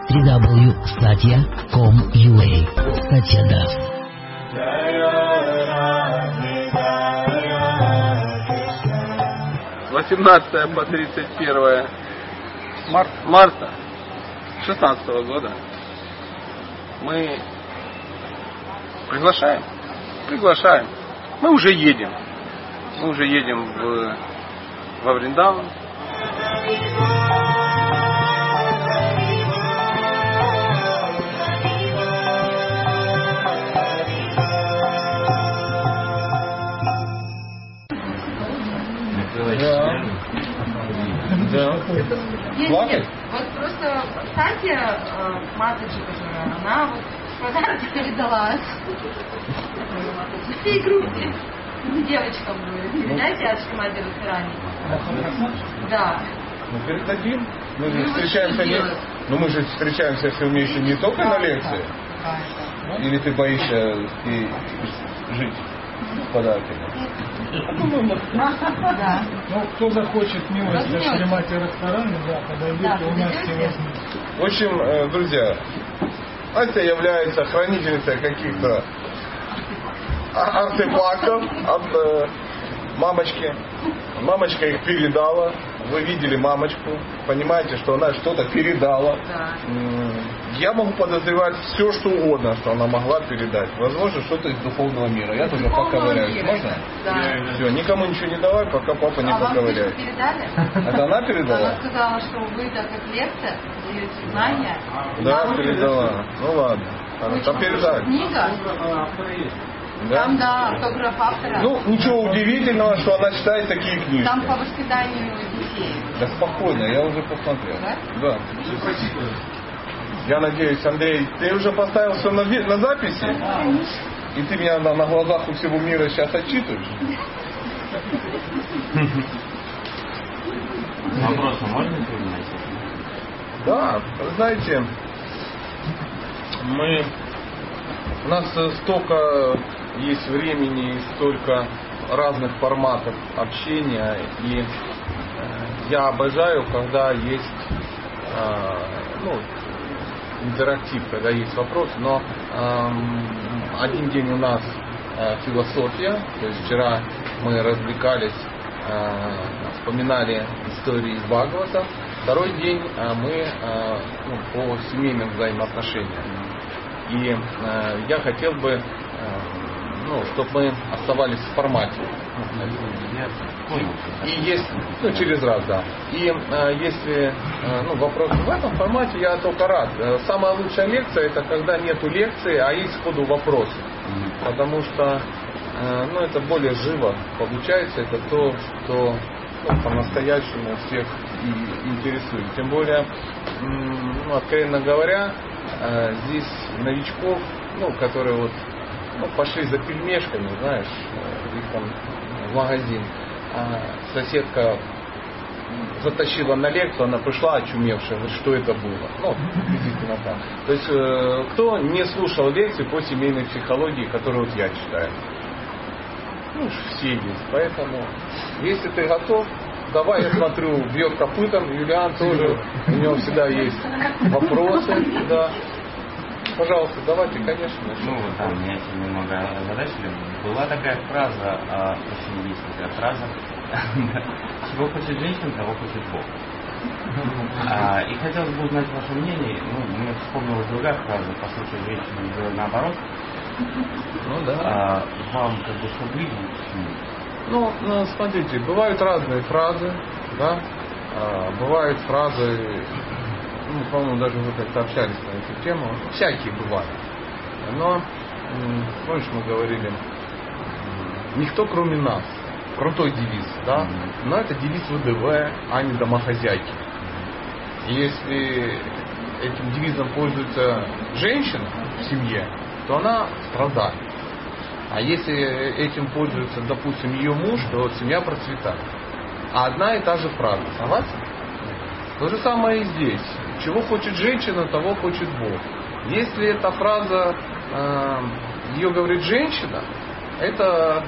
www.satya.com.ua Satyadас. 18 по 31 марта 2016 года мы приглашаем. Мы уже едем во Вриндаван. Да. Плакать? Вот просто Сатья, матушка, которая, она вот подарок передала всей группе девочкам будет. Знаете, от Шримати Радхарани? Да. Ну передадим. Мы же встречаемся все вместе не только на лекции. Или ты боишься жить с подарками? Да. Ну, кто захочет милости Шримати Радхарани, подойдет, и у нас все возьмут. В общем, друзья, Ася является хранительницей каких-то артефактов от мамочки. Мамочка их передала. Вы видели мамочку, понимаете, что она что-то передала. Да. Я могу подозревать все, что угодно, что она могла передать. Возможно, что-то из духовного мира. Я тоже поковыряюсь. Можно? Да. Все, никому ничего не давай, пока папа не поковыряет. Вам передали? Это она передала? Она сказала, что вы, так как лекция, даете знания. Да, передала. Ну ладно. Там передали. Книга? Да? Там, да, автограф автора. Ну, ничего удивительного, что она читает такие книжки. Там по воспитанию детей. Да спокойно, я уже посмотрел. Да? Да. Я надеюсь, Андрей, ты уже поставил все на записи? И ты меня на глазах у всего мира сейчас отчитываешь? Вопросы можно принимать? Да, знаете, у нас столько есть времени и столько разных форматов общения, и я обожаю, когда есть интерактив, когда есть вопросы, но один день у нас философия, то есть вчера мы развлекались, вспоминали истории из Бхагавата, второй день мы по семейным взаимоотношениям. И я хотел бы, чтобы мы оставались в формате. И есть, через раз, да. И если вопрос в этом формате, я только рад. Самая лучшая лекция — это когда нету лекции, а есть сходу вопросы. Потому что это более живо получается, это то, что по-настоящему всех и интересует. Тем более, откровенно говоря, здесь новичков, которые пошли за пельмешками, знаешь, их там в магазин, соседка затащила на лекцию, она пришла очумевшая, говорит, что это было. Приблизительно так. То есть, кто не слушал лекции по семейной психологии, которую я читаю? Все есть. Поэтому, если ты готов, давай, я смотрю, бьет копытом, Юлиан тоже, у него всегда есть вопросы, да. Пожалуйста, давайте, конечно. Там меня немного озадачили. Была такая фраза, очень есть такая фраза, чего хочет женщина, того хочет Бог. И хотелось бы узнать ваше мнение. Мне вспомнилась другая фраза, послушать женщину делать наоборот. Да. Вам что ближе? Смотрите, бывают разные фразы, да. Бывают фразы, по-моему, даже вы как-то общались на эту тему. Всякие бывают. Но, помнишь, мы говорили, никто кроме нас. Крутой девиз, да? Но это девиз ВДВ, а не домохозяйки. И если этим девизом пользуется женщина в семье, то она страдает. А если этим пользуется, допустим, ее муж, то семья процветает. А одна и та же фраза. Согласен? То же самое и здесь. Чего хочет женщина, того хочет Бог. Если эта фраза, ее говорит женщина, это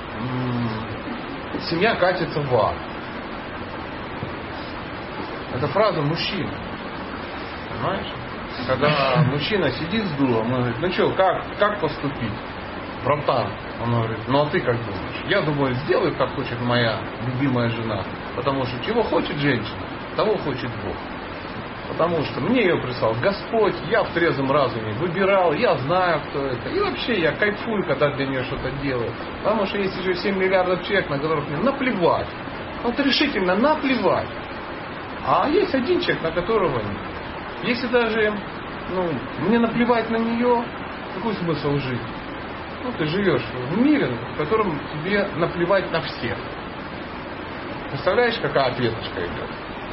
семья катится в ад. Это фраза мужчины. Понимаешь? Когда мужчина сидит с дулом, он говорит, ну что, как поступить? Братан, он говорит, ну а ты как думаешь? Я думаю, сделай, как хочет моя любимая жена. Потому что чего хочет женщина, того хочет Бог. Потому что мне ее прислал Господь, я в трезвом разуме выбирал, я знаю, кто это. И вообще я кайфую, когда для нее что-то делаю. Потому что есть еще 7 миллиардов человек, на которых мне наплевать. Вот решительно наплевать. А есть один человек, на которого нет. Если даже мне наплевать на нее, какой смысл жить? Ты живешь в мире, в котором тебе наплевать на всех. Представляешь, какая ответочка идет?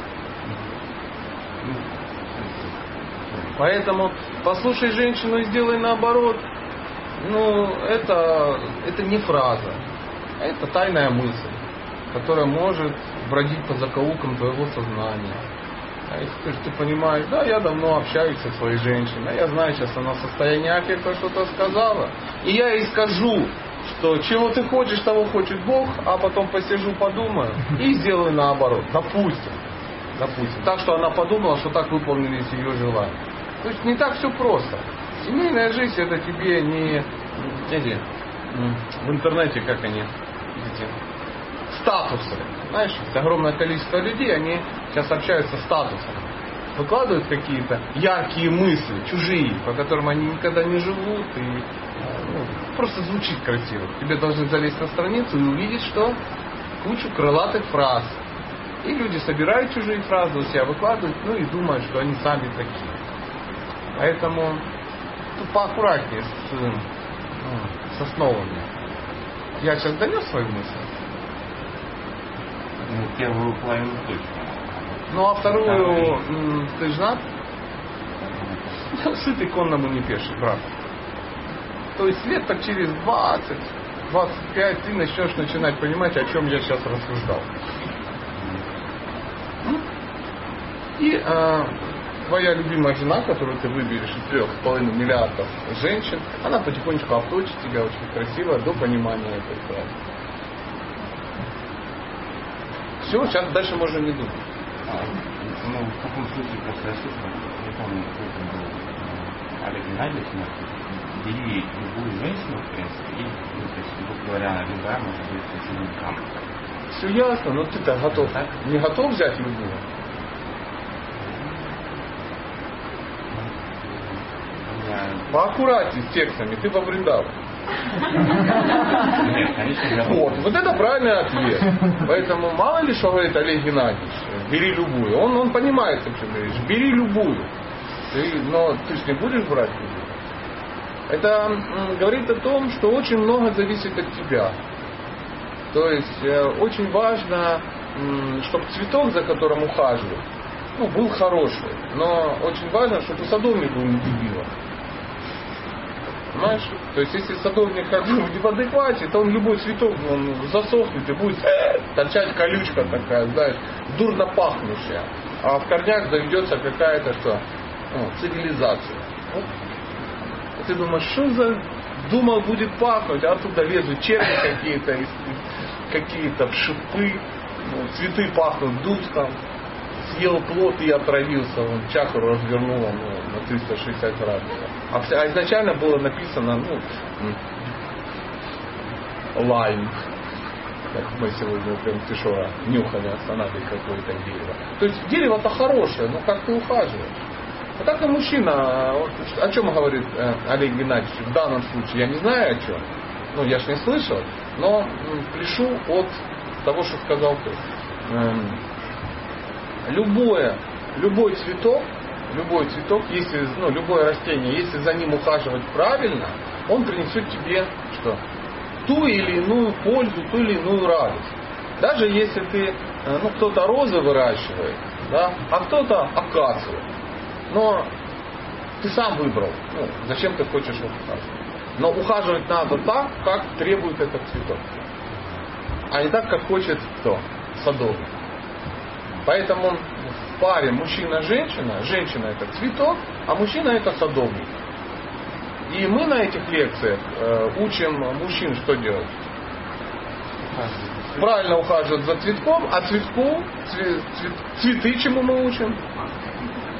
Поэтому послушай женщину и сделай наоборот. Это не фраза. Это тайная мысль, которая может бродить по закоулкам твоего сознания. А если ты понимаешь, да, я давно общаюсь со своей женщиной, я знаю, сейчас она в состоянии аффекта что-то сказала, и я ей скажу, что чего ты хочешь, того хочет Бог, а потом посижу, подумаю и сделаю наоборот. Допустим. Так что она подумала, что так выполнились ее желания. То есть не так все просто. Семейная жизнь это тебе не в интернете, как они, статусы. Знаешь, огромное количество людей, они сейчас общаются статусом. Выкладывают какие-то яркие мысли, чужие, по которым они никогда не живут. И просто звучит красиво. Тебе должны залезть на страницу и увидеть, что кучу крылатых фраз. И люди собирают чужие фразы у себя, выкладывают, и думают, что они сами такие. Поэтому поаккуратнее с основами. Я сейчас донес свою мысль? Первую половину точно. А вторую, ты женат? Сытый конному не пеший, брат. То есть лет так через 20-25 ты начнешь понимать, о чем я сейчас рассуждал. И твоя любимая жена, которую ты выберешь из 3,5 миллиардов женщин, она потихонечку обточит тебя очень красиво до понимания этой фразы. Все, сейчас дальше можно не думать. В таком случае, после ошибки, не помню, кто это был, Олег Геннадьевич, бери любую женщину, в принципе, и, то есть, грубо говоря, она любая может быть учеником. Все ясно, но ты-то готов. Так? Не готов взять любую? Поаккуратнее с текстами, ты во Вриндаване. Нет, конечно, вот это правильный ответ. Поэтому мало ли что говорит Олег Геннадьевич, бери любую. Он понимает, о чем говоришь. Бери любую. Но ты же не будешь брать любую. Это говорит о том, что очень много зависит от тебя. То есть очень важно, чтобы цветок, за которым ухаживают, был хороший. Но очень важно, чтобы садовник был не дебилом. Понимаешь? То есть, если садовник в адеквате, то он любой цветок засохнет и будет торчать колючка такая, знаешь, дурно пахнущая. А в корнях заведется какая-то цивилизация. И ты думаешь, что за... Думал, будет пахнуть, а оттуда лезут черви какие-то шипы, цветы пахнут дудком. Съел плод и отравился, чакру развернул на 360 градусов. А изначально было написано, лайм. Как мы сегодня прям Тишора нюхали, останавливали какое-то дерево. То есть дерево-то хорошее, но как ты ухаживаешь? А так и мужчина, о чем говорит Олег Геннадьевич в данном случае, я не знаю о чем. Я ж не слышал, но пляшу от того, что сказал ты. Любой цветок, если, любое растение, если за ним ухаживать правильно, он принесет тебе что? Ту или иную пользу, ту или иную радость. Даже если ты, кто-то розы выращивает, да, а кто-то акацию. Но ты сам выбрал, зачем ты хочешь ухаживать. Но ухаживать надо так, как требует этот цветок. А не так, как хочет кто? Садовник. Поэтому в паре мужчина-женщина, женщина это цветок, а мужчина это садовник. И мы на этих лекциях учим мужчин что делать. Правильно ухаживать за цветком, а цветку, цветы чему мы учим?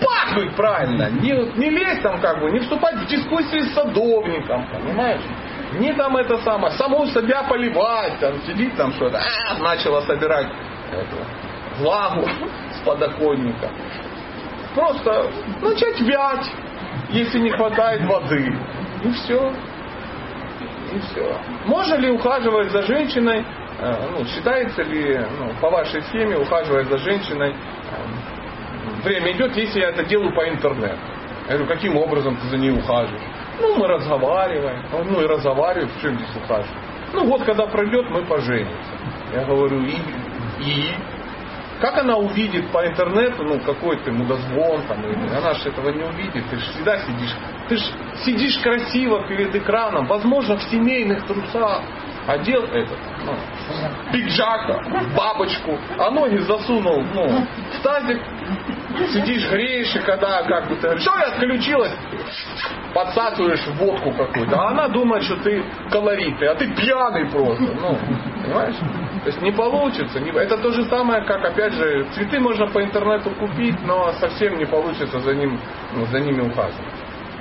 пахнуть правильно. Не лезть там как бы, не вступать в дискуссии с садовником, понимаешь? Не там это самое, саму себя поливать, там сидит там что-то, начала собирать влагу с подоконника. Просто начать вять, если не хватает воды. И все. И все. Можно ли ухаживать за женщиной, считается ли, по вашей схеме, ухаживать за женщиной, время идет, если я это делаю по интернету. Я говорю, каким образом ты за ней ухаживаешь? Мы разговариваем. И разговариваем, в чем здесь ухаживать? Год когда пройдет, мы поженимся. Я говорю, и? Как она увидит по интернету, какой ты мудозвон, она же этого не увидит, ты же всегда сидишь красиво перед экраном, возможно, в семейных трусах, одел пиджак, бабочку, а ноги засунул, в тазик, сидишь, греешь, и когда, ты говоришь, что я отключилась, подсасываешь водку какую-то, а она думает, что ты колоритный, а ты пьяный просто, понимаешь? То есть не получится. Это то же самое, как, опять же, цветы можно по интернету купить, но совсем не получится за ними ухаживать.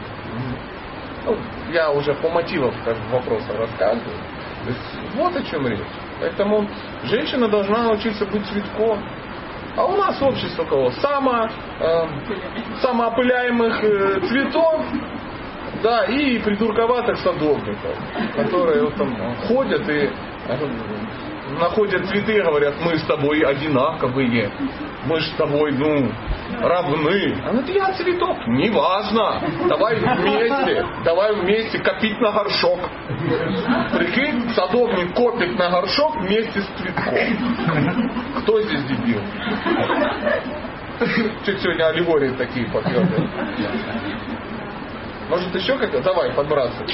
Я уже по мотивам вопроса рассказываю. То есть, вот о чем речь. Поэтому женщина должна научиться быть цветком. А у нас общество кого? Самоопыляемых цветов, да, и придурковатых садовников, которые ходят и находят цветы и говорят, мы с тобой одинаковые, мы же с тобой, равны. Она говорит, я цветок. Неважно. Давай вместе копить на горшок. Прикинь, садовник копит на горшок вместе с цветком. Кто здесь дебил? Чуть сегодня аллегории такие попёрные. Может еще как-то? Давай, подбрасывай.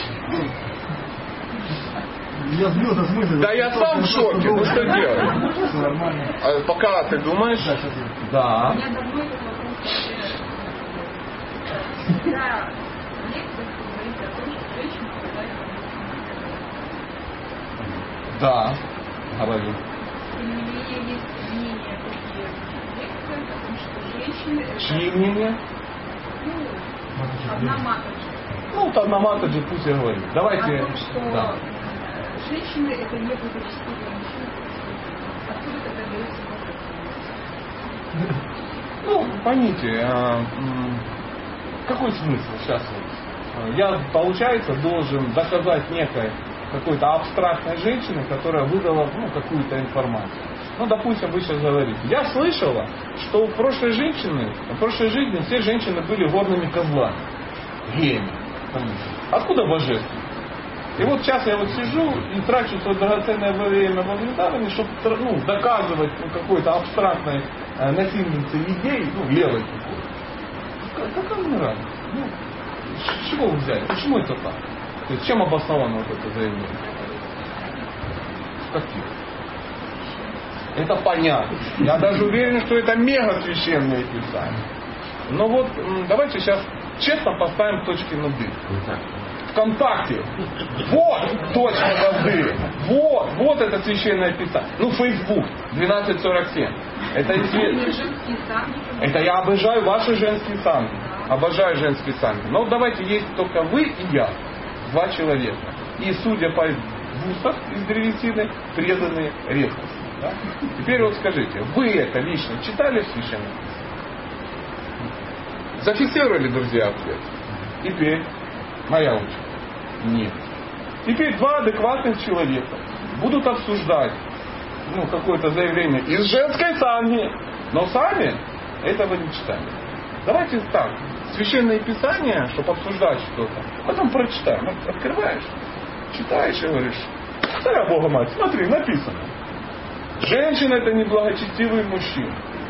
Я сбился с мысли. Да я сам в шоке. Ну что делать? Все нормально. А пока ты думаешь? Да. У меня давно этот вопрос. Когда в лекциях говорится о том, что женщина обладает Да. Говорю. тем не менее, есть мнения такие в лекциях о том, что женщины... Чьи мнения? Одна маточка. Одна маточка, пусть я говорю. Давайте. О том, что женщины это не благочестивые мужчины. Откуда тогда берется возраст? Поймите, какой смысл сейчас? Я, получается, должен доказать некой какой-то абстрактной женщине, которая выдала какую-то информацию. Допустим, вы сейчас говорите. Я слышала, что в прошлой жизни все женщины были горными козлами. Геями. Откуда божество? И вот сейчас я сижу и трачу свое драгоценное время во внимание, чтобы доказывать какой-то абстрактной носительнице идей, левой какой-то. Какая мне разница? С чего вы взяли? Почему это так? То есть чем обосновано это заявление? Каких? Это понятно. Я даже уверен, что это мега священное писание. Но давайте сейчас честно поставим точки над «и». ВКонтакте. Вот точка над «и». Вот это священное писание. Facebook 1247. Это я обожаю ваши женские санги. Обожаю женские санги. Но давайте есть только вы и я. Два человека. И судя по бусах из древесины, преданные редкости. Да? Теперь скажите, вы это лично читали в священном писании? Зафиксировали, друзья, ответ? Теперь моя очередь. Нет. Теперь два адекватных человека будут обсуждать какое-то заявление из женской санги, но сами этого не читали. Давайте так. Священное писание, чтобы обсуждать что-то, потом прочитаем. Открываешь, читаешь и говоришь, царя Бога мать, смотри, написано. Женщина это неблагочестивый мужчина.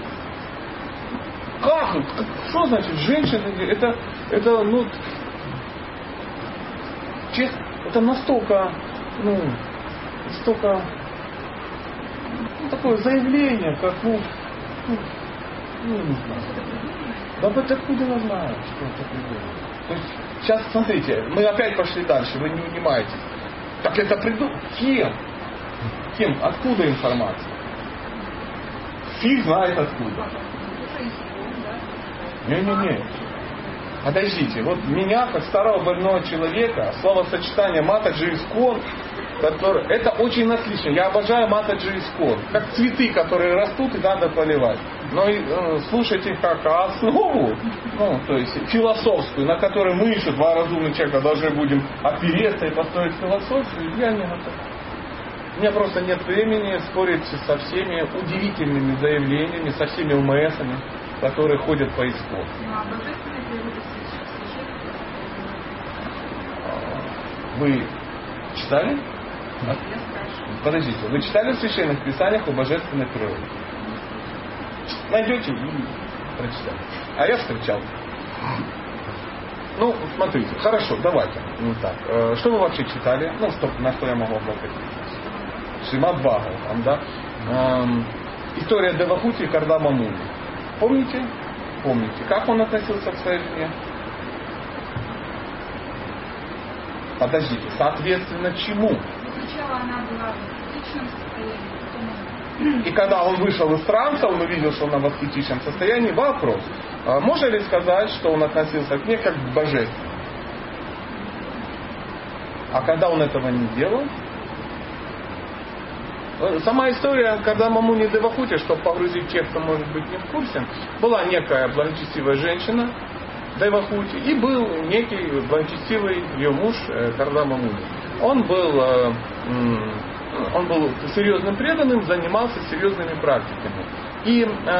Как? Что значит женщина? Это настолько, такое заявление, как, не знаю. Да вы откуда я знаю, что это такое? То есть, сейчас, смотрите, мы опять пошли дальше, вы не унимаетесь. Так это придумал? Кем? Откуда информация? Фиг знает откуда. Не. Подождите, вот меня, как старого больного человека, словосочетание Матаджи Искон, это очень наслышно. Я обожаю Матаджи Искон. Как цветы, которые растут и надо поливать. Но слушать их как основу, то есть философскую, на которой мы еще, два разумных человека, должны будем опереться и построить философию, я не готов. У меня просто нет времени спорить со всеми удивительными заявлениями, со всеми УМСами, которые ходят по исходу. Вы читали? Подождите, вы читали в Священных Писаниях о божественной природе? Найдете и прочитайте. А я встречал. Смотрите, хорошо, давайте. Так. Что вы вообще читали? На что я могу облокотиться? Шримад Бхагаватам, да? История Девахути и Кардама Муни. Помните? Помните. Как он относился к своей жене? Подождите, соответственно чему? Сначала она была в критичном состоянии. И когда он вышел из транса, он увидел, что она в аскетичном состоянии. Вопрос. Можно ли сказать, что он относился к ней как к божественному? А когда он этого не делал? Сама история, когда Мамуни Девахути, чтобы погрузить тех, кто может быть не в курсе, была некая благочестивая женщина Девахути и был некий благочестивый ее муж Кардама Муни. Он был серьезным преданным, занимался серьезными практиками. И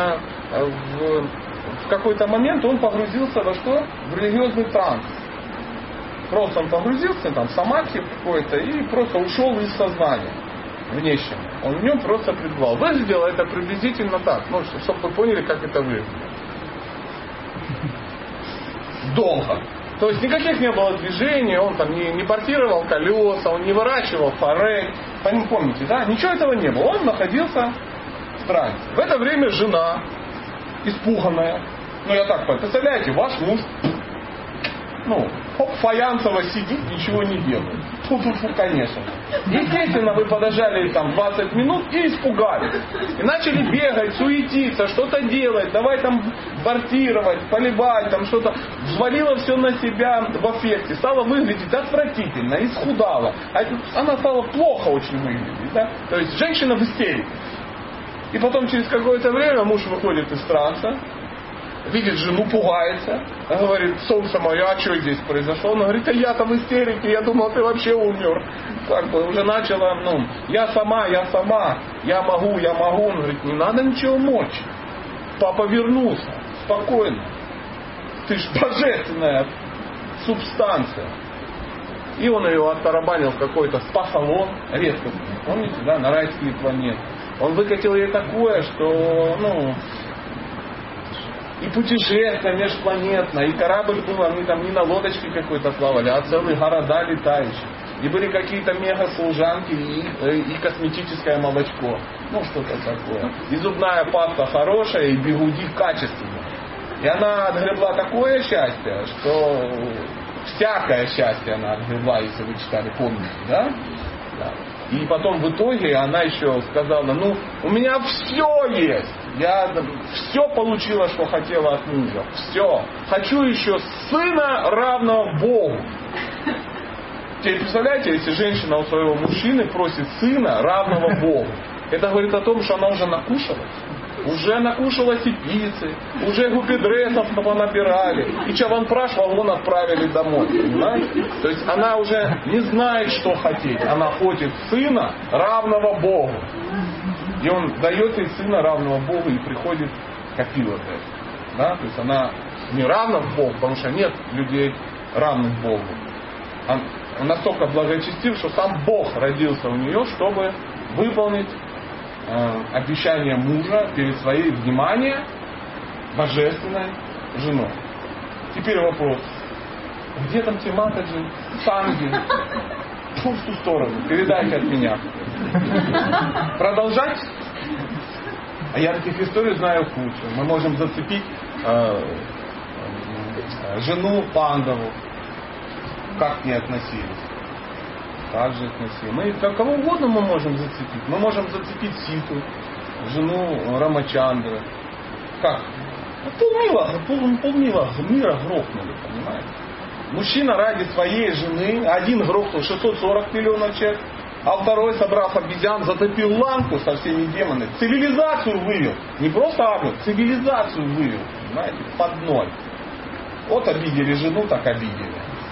в какой-то момент он погрузился во что? В религиозный транс. Просто он погрузился в самадхи какой-то и просто ушел из сознания. Внешне. Он в нем просто пребывал. Выглядело это приблизительно так. Чтобы вы поняли, как это выглядит. Долго. То есть никаких не было движений, он там не портировал колеса, он не выращивал форель. Помните, да? Ничего этого не было. Он находился в трансе. В это время жена, испуганная, я так понимаю, представляете, ваш муж, фаянсово сидит, ничего не делает. Фу-фу-фу, конечно. Естественно, вы подождали 20 минут и испугались. И начали бегать, суетиться, что-то делать, давай бортировать, поливать, что-то. Взвалила все на себя в эффекте. Стала выглядеть отвратительно, исхудала. Она стала плохо очень выглядеть. Да? То есть женщина в истерике. И потом через какое-то время муж выходит из транса, видит жену, пугается, говорит: солнце мое, а что здесь произошло? Она говорит: а я-то в истерике, я думал, ты вообще умер. Уже начала, я сама, я могу. Он говорит: не надо ничего мочь. Папа вернулся, спокойно. Ты ж божественная субстанция. И он ее оттарабанил в какой-то спа-салон, редко, помните, да, на райские планеты. Он выкатил ей такое, что, и путешествие межпланетное, и корабль был, они там не на лодочке какой-то плавали, а целые города летающие. И были какие-то мега-служанки и косметическое молочко. Что-то такое. И зубная паста хорошая, и бигуди качественные. И она отгребла такое счастье, что всякое счастье она отгребла, если вы читали, помните, да? Да. И потом в итоге она еще сказала: у меня все есть. Я все получила, что хотела от мужа. Все. Хочу еще сына, равного Богу. Теперь представляете, если женщина у своего мужчины просит сына, равного Богу. Это говорит о том, что она уже накушалась. Уже накушалась и пиццы, уже гупидрессов понабирали, и чаванпраш вагон отправили домой. Понимаете? То есть она уже не знает, что хотеть. Она хочет сына, равного Богу. И он дает ей сына, равного Богу, и приходит копила. Да? То есть она не равна Богу, потому что нет людей равных Богу. Он настолько благочестив, что сам Бог родился у нее, чтобы выполнить обещание мужа перед своей, внимание, божественной женой. Теперь вопрос: где там те Матаджи, Санги? В ту сторону. Передайте от меня. Продолжать? А я таких историй знаю кучу. Мы можем зацепить жену Пандаву. Как к ней относились? Как же относились? Мы кого угодно мы можем зацепить. Мы можем зацепить Ситу, жену Рамачандры. Как Полмира грохнули, понимаете? Мужчина ради своей жены, один грохнул 640 миллионов человек, а второй, собрав обезьян, затопил ланку со всеми демонами. Цивилизацию вывел. Не просто армию, цивилизацию вывел. Понимаете? Под ноль. Вот обидели жену, так обидели.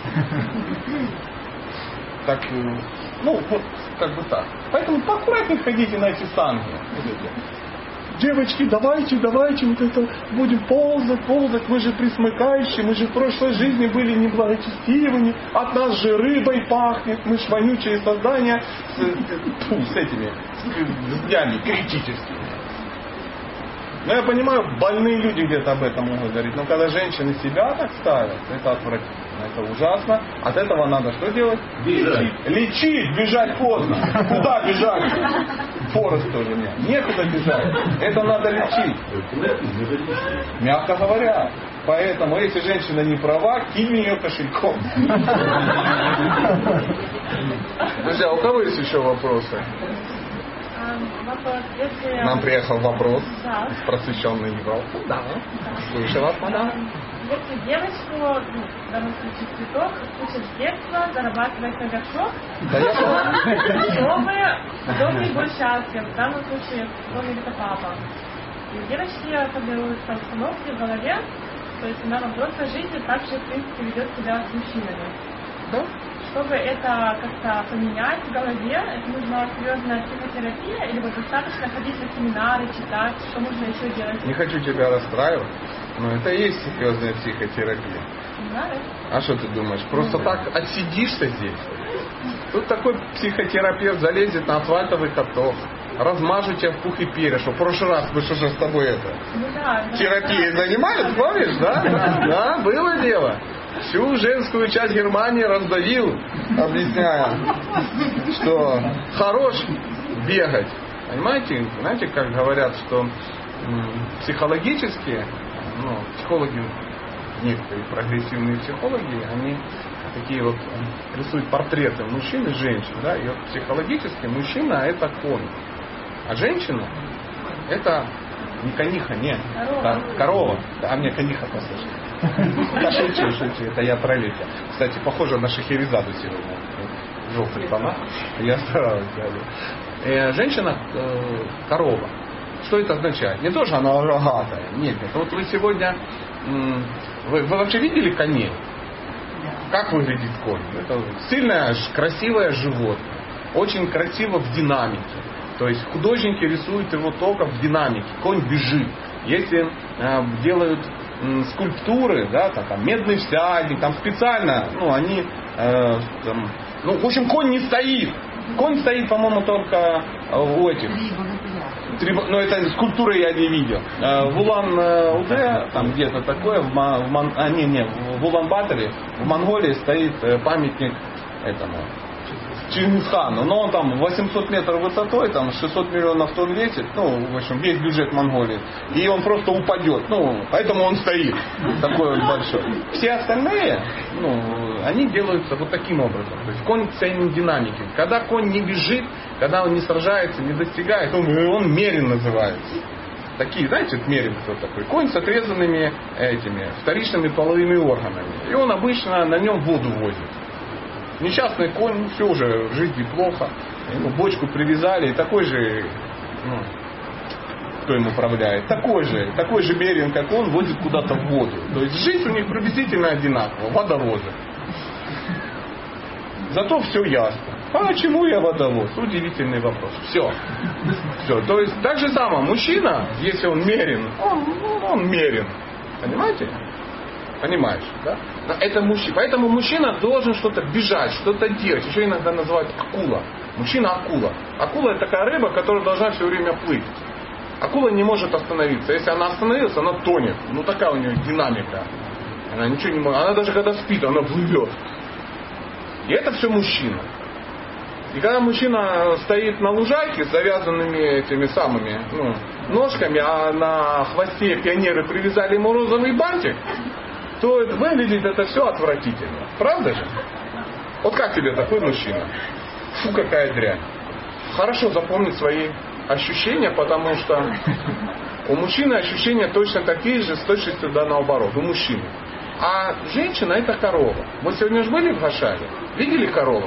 Так, ну, вот, как бы так. Поэтому поаккуратнее ходите на эти санги. Девочки, давайте вот это будем ползать, мы же присмыкающие, мы же в прошлой жизни были неблагочестивыми, от нас же рыбой пахнет, мы ж вонючие создания с этими днями критическими. Ну, я понимаю, больные люди где-то об этом могут говорить, но когда женщины себя так ставят, это отвратительно, это ужасно. От этого надо что делать? Лечить, бежать поздно. Куда бежать? Форест тоже нет. Некуда бежать. Это надо лечить. Мягко говоря. Поэтому, если женщина не права, кинь ее кошельком. Друзья, у кого есть еще вопросы? Вопрос, если... Нам приехал вопрос Да. с просвещенной Европы. Да. Слушаю вас, мадам. Если девочку, в данном случае цветок, учат с детства зарабатывать на горшок, чтобы дом был счастлив, в данном случае дом это папа. И у девочки формируются установки в голове, то есть она во взрослой жизни также, в принципе, ведет себя с мужчинами. Да? Чтобы это как-то поменять в голове, это нужна серьезная психотерапия, или вот достаточно ходить на семинары, читать, что нужно еще делать? Не хочу тебя расстраивать, но это и есть серьезная психотерапия. Семинары? А что ты думаешь? Просто так отсидишься здесь? Тут такой психотерапевт залезет на асфальтовый каток, размажу тебя в пух и перья, что в прошлый раз мы что же с тобой это? Ну, да, Терапией занимались, помнишь, да? Да, было дело. Всю женскую часть Германии раздавил, объясняя, что хорош бегать. Понимаете? Знаете, как говорят, что психологически, психологи, некоторые прогрессивные психологи, они такие вот рисуют портреты мужчин и женщин, да, и вот психологически мужчина это конь, а женщина это не кониха, нет, корова. А мне кониха послушай. Да, шучу, это я про Летя. Кстати, похоже на Шахерезаду сегодня. Желтый тона. Я стараюсь. Женщина корова. Что это означает? Не то, что она рогатая. Нет. Вот вы сегодня... Вы вообще видели коней? Как выглядит конь? Это сильное, красивое животное. Очень красиво в динамике. То есть художники рисуют его только в динамике. Конь бежит. Если делают скульптуры, да, там медный всадник, там специально, они, в общем, конь не стоит. Конь стоит, по-моему, только у этих. Но это скульптуры я не видел. В Улан-Удэ, там где-то такое, в Улан-Баторе, в Монголии стоит памятник этому Чингисхану, но он там 800 метров высотой, там 600 миллионов тонн весит, в общем, весь бюджет Монголии, и он просто упадет, поэтому он стоит, такой вот большой. Все остальные, они делаются вот таким образом, то есть конь ценен динамики. Когда конь не бежит, когда он не сражается, не достигает, он мерин называется. Такие, знаете, мерин кто такой? Конь с отрезанными этими вторичными половыми органами, и он обычно на нем воду возит. Несчастный конь, все уже, в жизни плохо. Ему бочку привязали, и такой же, кто им управляет, такой же мерин, как он, возит куда-то в воду. То есть жизнь у них приблизительно одинакова, водовозы. Зато все ясно. А почему я водовоз? Удивительный вопрос. Все. То есть так же самое, мужчина, если он мерин, он мерин. Понимаете? Понимаешь, да? Это мужчина. Поэтому мужчина должен что-то бежать, что-то делать. Еще иногда называют акула. Мужчина акула. Акула это такая рыба, которая должна все время плыть. Акула не может остановиться. Если она остановилась, она тонет. Такая у нее динамика. Она ничего не может. Она даже когда спит, она плывет. И это все мужчина. И когда мужчина стоит на лужайке с завязанными этими самыми ножками, а на хвосте пионеры привязали ему розовый бантик, то выглядит это все отвратительно. Правда же? Вот как тебе такой мужчина? Фу, какая дрянь. Хорошо запомнить свои ощущения, потому что У мужчины ощущения точно такие же, с точностью да наоборот, у мужчины. А женщина это корова. Мы сегодня же были в Гашаре? Видели корову?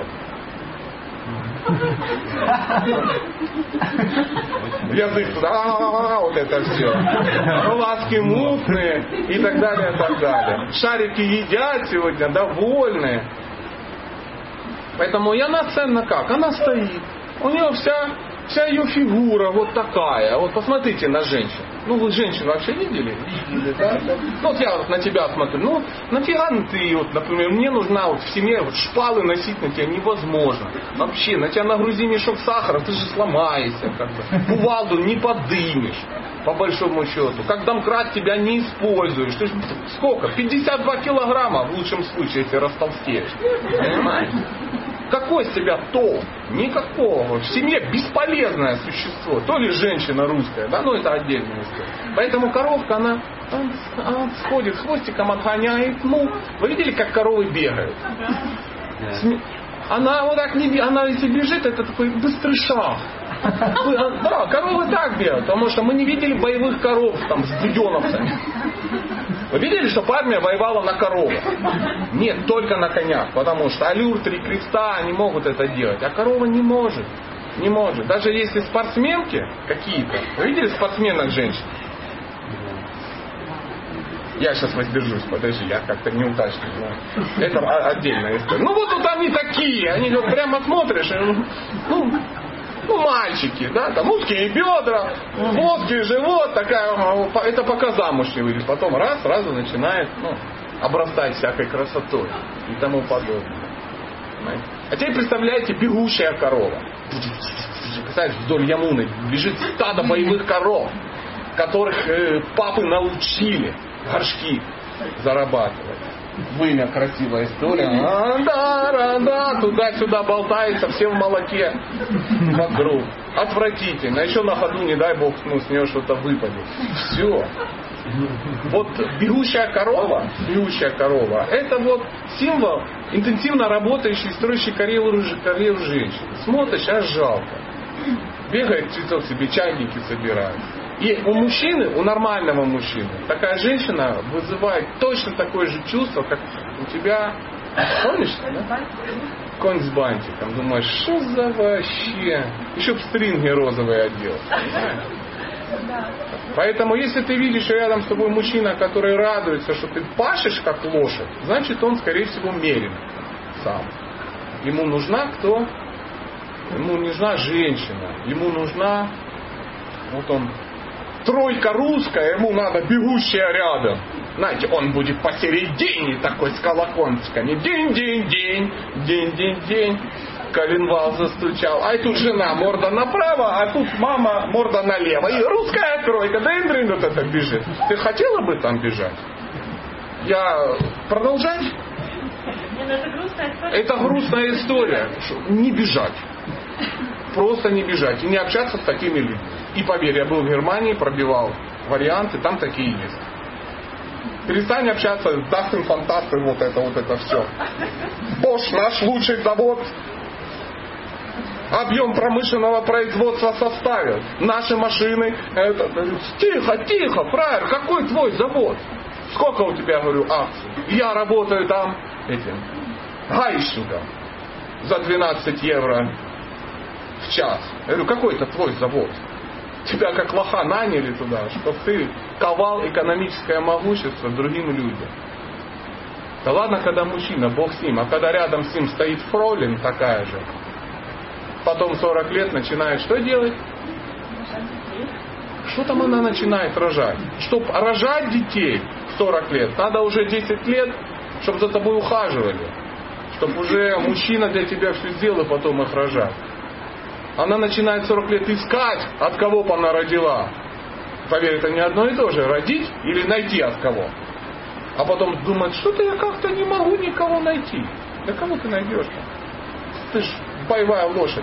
Язык туда, вот это все. Глазки мутные и так далее, и так далее. Шарики едят сегодня, довольны. Поэтому и она ценна как? Она стоит. У нее вся ее фигура вот такая. Вот посмотрите на женщин. Ну вы женщин вообще видели? Видели, да? Ну вот я вот на тебя смотрю. Ну нафига ты, вот, например, мне нужна вот в семье вот шпалы носить на тебя невозможно. Вообще, на тебя нагрузи мешок сахара, ты же сломаешься. Как бы. Кувалду не подымешь, по большому счету. Как домкрат тебя не используешь. Ты же сколько? 52 килограмма в лучшем случае, если растолстеешь. Понимаешь? Какой с тебя толк? Никакого. В семье бесполезное существо. То ли женщина русская, да, ну это отдельная история. Поэтому коровка, она сходит, хвостиком отгоняет. Ну, вы видели, как коровы бегают? Она вот так не бегает, она если бежит, это такой быстрый шаг. Да, коровы так бегают, потому что мы не видели боевых коров там с буденовцами. Вы видели, что армия воевала на коровах? Нет, только на конях. Потому что аллюр, 3 креста, они могут это делать. А корова не может. Не может. Даже если спортсменки какие-то. Вы видели спортсменок женщин? Я сейчас воздержусь, подожди, я как-то неудачно. Это отдельная история. Ну вот они такие. Они вот прямо смотришь. Ну, мальчики, да, там узкие бедра, плоский живот, такая, это пока замуж не выйдет. Потом сразу начинает, обрастать всякой красотой и тому подобное. Понимаете? А теперь представляете, бегущая корова. Представляете, вдоль Ямуны бежит стадо боевых коров, которых папы научили горшки зарабатывать. Вымя, красивая история. Да, туда-сюда болтается, все в молоке вокруг. Отвратительно. Еще на ходу, не дай бог, с нее что-то выпадет. Все. Вот бегущая корова, это вот символ интенсивно работающей, строящей карьеру женщины. Смотришь, аж жалко. Бегает цветок себе, чайники собирает. И у мужчины, у нормального мужчины, такая женщина вызывает точно такое же чувство, как у тебя, помнишь, да? Конь с бантиком. Думаешь, что за вообще? Еще в стринге розовый одел. Поэтому, если ты видишь рядом с тобой мужчина, который радуется, что ты пашешь как лошадь, значит он, скорее всего, мерен сам. Ему нужна кто? Ему нужна женщина. Ему нужна, вот он, тройка русская, ему надо бегущая рядом. Знаете, он будет посередине такой с колокольчиками. День-день-день, день-день-день. Коленвал застучал. А тут жена морда направо, а тут мама морда налево. И русская тройка, да и вот это бежит. Ты хотела бы там бежать? Я продолжать? Это грустная история. Не бежать. Просто не бежать. И не общаться с такими людьми. И поверь, я был в Германии, пробивал варианты, там такие есть. Перестань общаться с Дастин Фантастом, вот это все. Bosch, наш лучший завод. Объем промышленного производства составил. Наши машины. Тихо, фраер, какой твой завод? Сколько у тебя, говорю, акций? Я работаю там гаишником за 12 евро в час. Я говорю, какой это твой завод? Тебя как лоха наняли туда, чтобы ты ковал экономическое могущество другим людям. Да ладно, когда мужчина, бог с ним, а когда рядом с ним стоит фролин такая же, потом 40 лет начинает что делать? Что там она начинает рожать? Чтобы рожать детей в 40 лет, надо уже 10 лет, чтобы за тобой ухаживали. Чтобы уже мужчина для тебя все сделал и потом их рожать. Она начинает 40 лет искать, от кого бы она родила. Поверь, это не одно и то же. Родить или найти от кого. А потом думает, что-то я как-то не могу никого найти. Да кого ты найдешь-то? Ты ж боевая лошадь.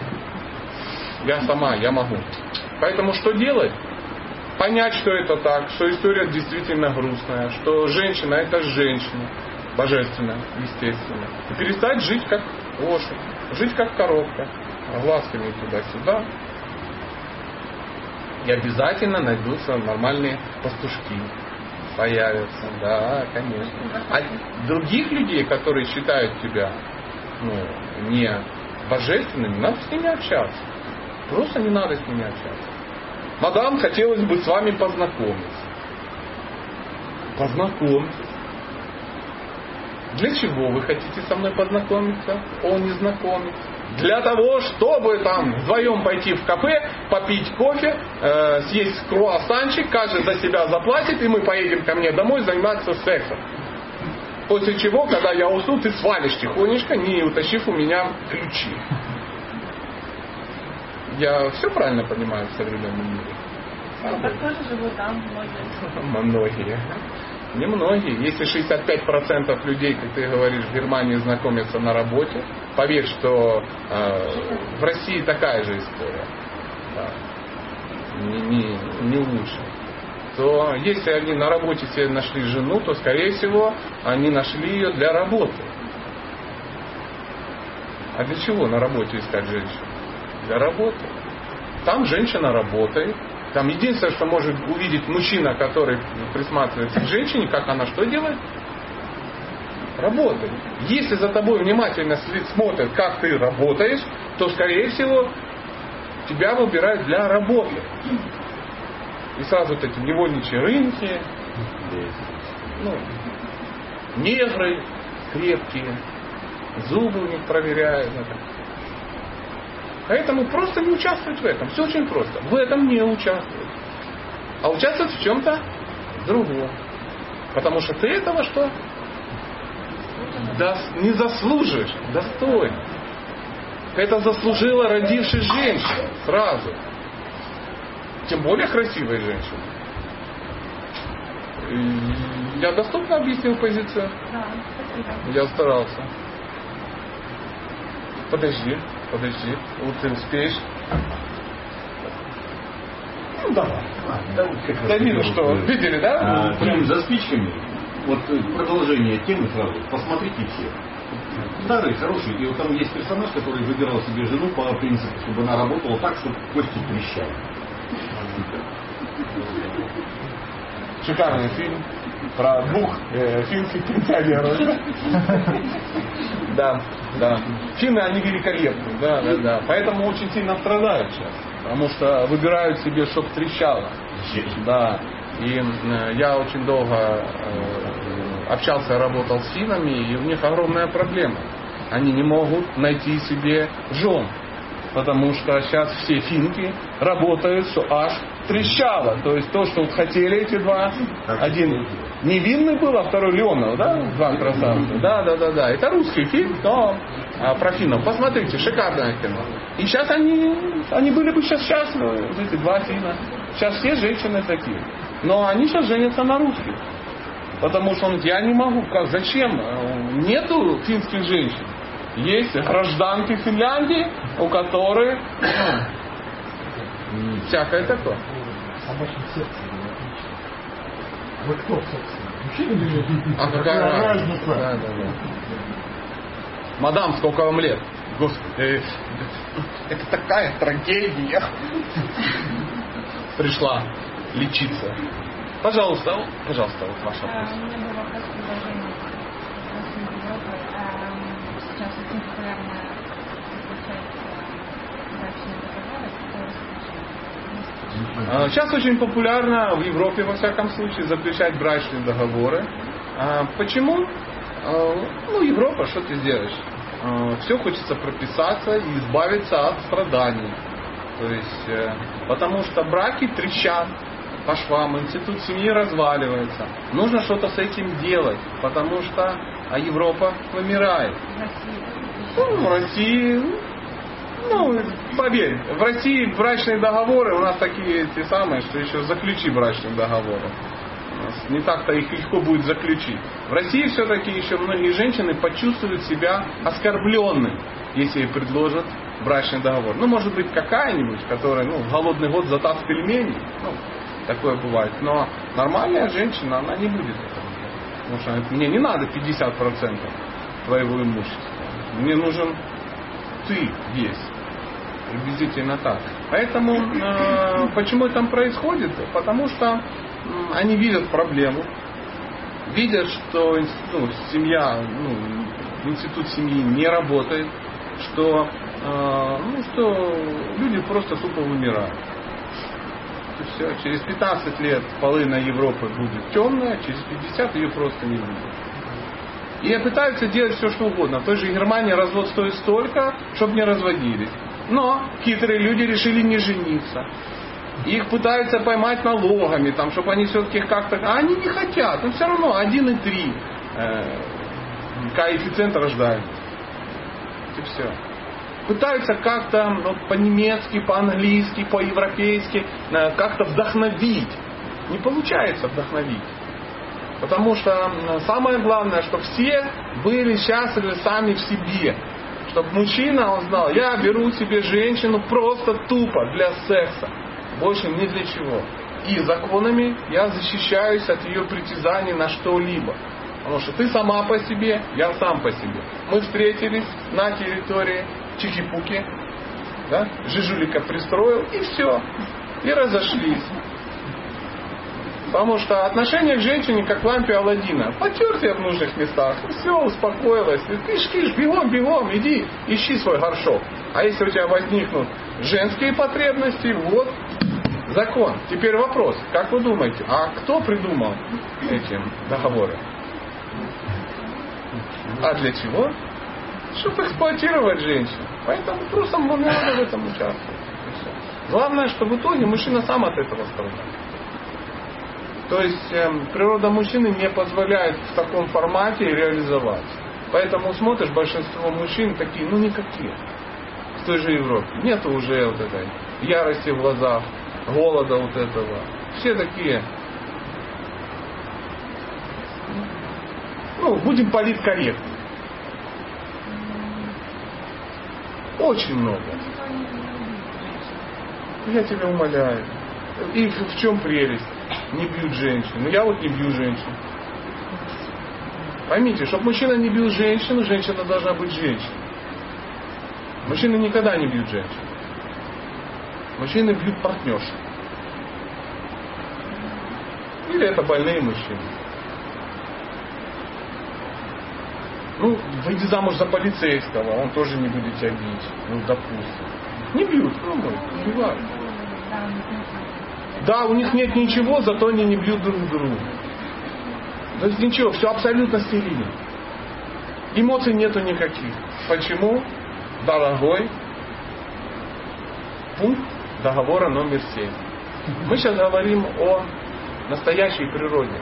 Я сама, я могу. Поэтому что делать? Понять, что это так, что история действительно грустная, что женщина это женщина. Божественно, естественно. И перестать жить как лошадь. Жить как коровка. Глазками туда-сюда. И обязательно найдутся нормальные пастушки. Появятся, да, конечно. А других людей, которые считают тебя не божественными, надо с ними общаться. Просто не надо с ними общаться. Мадам, хотелось бы с вами познакомиться. Познакомиться. Для чего вы хотите со мной познакомиться, о незнакомец? Для того, чтобы там вдвоем пойти в кафе, попить кофе, съесть круассанчик, каждый за себя заплатит, и мы поедем ко мне домой заниматься сексом. После чего, когда я усну, ты свалишь тихонечко, не утащив у меня ключи. Я все правильно понимаю в современном мире? Так тоже живут там многие. Многие. Немногие. Если 65% людей, как ты говоришь, в Германии знакомятся на работе, поверь, что в России такая же история. Да. Не лучше. То если они на работе себе нашли жену, то, скорее всего, они нашли ее для работы. А для чего на работе искать женщину? Для работы. Там женщина работает. Там единственное, что может увидеть мужчина, который присматривается к женщине, как она что делает? Работает. Если за тобой внимательно смотрят, как ты работаешь, то, скорее всего, тебя выбирают для работы. И сразу вот эти невольничьи рынки, негры крепкие, зубы у них проверяют. Поэтому просто не участвовать в этом. Все очень просто. В этом не участвовать. А участвовать в чем-то другом. Потому что ты этого что? Не заслужишь. Достойно. Это заслужила родившая женщина. Сразу. Тем более красивая женщина. Я доступно объяснил позицию? Да, спасибо. Я старался. Подожди. Вот ты успеешь. Ну давай. Да видно, что видели, да? Фильм «За спичками». Вот продолжение темы сразу. Посмотрите все. Старый, хороший. И вот там есть персонаж, который выбирал себе жену по принципу, чтобы она работала так, чтобы кости трещали. Шикарный фильм про двух финских пенсионеров. Да. Финны, они великолепны. Да. Поэтому очень сильно страдают сейчас. Потому что выбирают себе, чтобы трещало. Да. И я очень долго общался, работал с финнами, и у них огромная проблема. Они не могут найти себе жен. Потому что сейчас все финки работают, что аж трещало. То есть то, что вот хотели эти два. Один невинный был, а второй Леонов, да? Два красавца. Да. Это русский фильм, но про финнов. Посмотрите, шикарное кино. И сейчас они были бы сейчас счастливы, вот эти два финна. Сейчас все женщины такие. Но они сейчас женятся на русских. Потому что я не могу. Зачем? Нету финских женщин. Есть гражданки Финляндии, у которых всякое такое. А в вашем сердце вы кто, собственно? Мужчина или женщина? А какая разница? Да. Мадам, сколько вам лет? Господи, это такая трагедия. Пришла лечиться. Пожалуйста, вот ваша вопрос. У меня был вопрос к продолжению Европы. Сейчас очень популярно заключать брачные договоры. Сейчас очень популярно в Европе, во всяком случае, заключать брачные договоры. Почему? Европа, что ты сделаешь? Все хочется прописаться и избавиться от страданий. То есть, потому что браки трещат по швам, институт семьи разваливается. Нужно что-то с этим делать, потому что Европа вымирает. В России, поверь, в России брачные договоры у нас такие те самые, что еще заключи брачные договоры. Не так-то их легко будет заключить. В России все-таки еще многие женщины почувствуют себя оскорбленными, если ей предложат брачный договор. Может быть, какая-нибудь, которая в голодный год затаст пельмени. Такое бывает. Но нормальная женщина, она не будет этого делать. Потому что мне не надо 50% твоего имущества. Мне нужен ты весь. Приблизительно так. Поэтому, почему это там происходит? Потому что они видят проблему, видят, что семья, институт семьи не работает, что люди просто тупо вымирают. И все. Через 15 лет половина Европы будет темная, через 50 ее просто не будет. И пытаются делать все, что угодно. В той же Германии развод стоит столько, чтобы не разводились. Но хитрые люди решили не жениться. Их пытаются поймать налогами, чтобы они все-таки как-то... А они не хотят. Но все равно 1,3 коэффициент рождаемости. И все. Пытаются как-то по-немецки, по-английски, по-европейски как-то вдохновить. Не получается вдохновить. Потому что самое главное, чтобы все были счастливы сами в себе. Чтобы мужчина, он знал, я беру себе женщину просто тупо для секса. Больше ни для чего. И законами я защищаюсь от ее притязаний на что-либо. Потому что ты сама по себе, я сам по себе. Мы встретились на территории Чики-Пуки. Да? Жижулика пристроил и все. И разошлись. Потому что отношение к женщине как к лампе Аладдина. Потер тебя в нужных местах. Все, успокоилась. Киш, бегом, иди, ищи свой горшок. А если у тебя возникнут женские потребности, вот закон. Теперь вопрос. Как вы думаете, а кто придумал эти договоры? А для чего? Чтобы эксплуатировать женщин. Поэтому просто не надо в этом участвовать. Главное, что в итоге мужчина сам от этого страдает. То есть природа мужчины не позволяет в таком формате реализоваться. Поэтому смотришь, большинство мужчин такие, никакие. В той же Европе. Нет уже вот этой ярости в глазах, голода вот этого. Все такие, будем политкорректны. Очень много. Я тебя умоляю. И в чем прелесть? Не бьют женщин. Я не бью женщин. Поймите, чтобы мужчина не бил женщину, женщина должна быть женщиной. Мужчины никогда не бьют женщин. Мужчины бьют партнерши. Или это больные мужчины. Выйди замуж за полицейского, он тоже не будет тебя бить. Допустим. Не бьют, убивают. Да, у них нет ничего, зато они не бьют друг друга. То есть ничего, все абсолютно стерильно. Эмоций нету никаких. Почему? Дорогой. Пункт договора номер 7. Мы сейчас говорим о настоящей природе.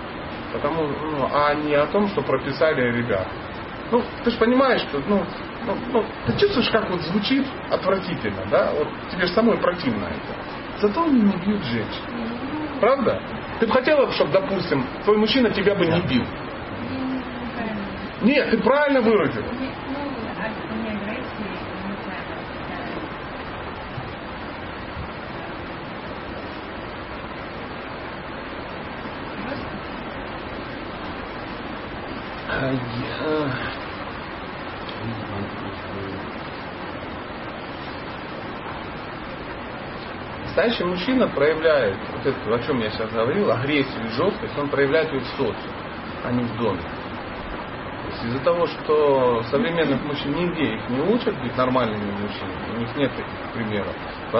А не о том, что прописали ребята. Ты же понимаешь, что ты чувствуешь, как звучит отвратительно, да? Тебе же самой противно это. Зато они не бьют женщин. Правда? Ты бы хотела, чтобы, допустим, твой мужчина тебя бы не бил? Нет, ты правильно выразила. Настоящий мужчина проявляет, это, о чем я сейчас говорил, агрессию и жесткость, он проявляет ее в социуме, а не в доме. То есть из-за того, что современных мужчин нигде их не учат быть нормальными мужчинами, у них нет таких примеров,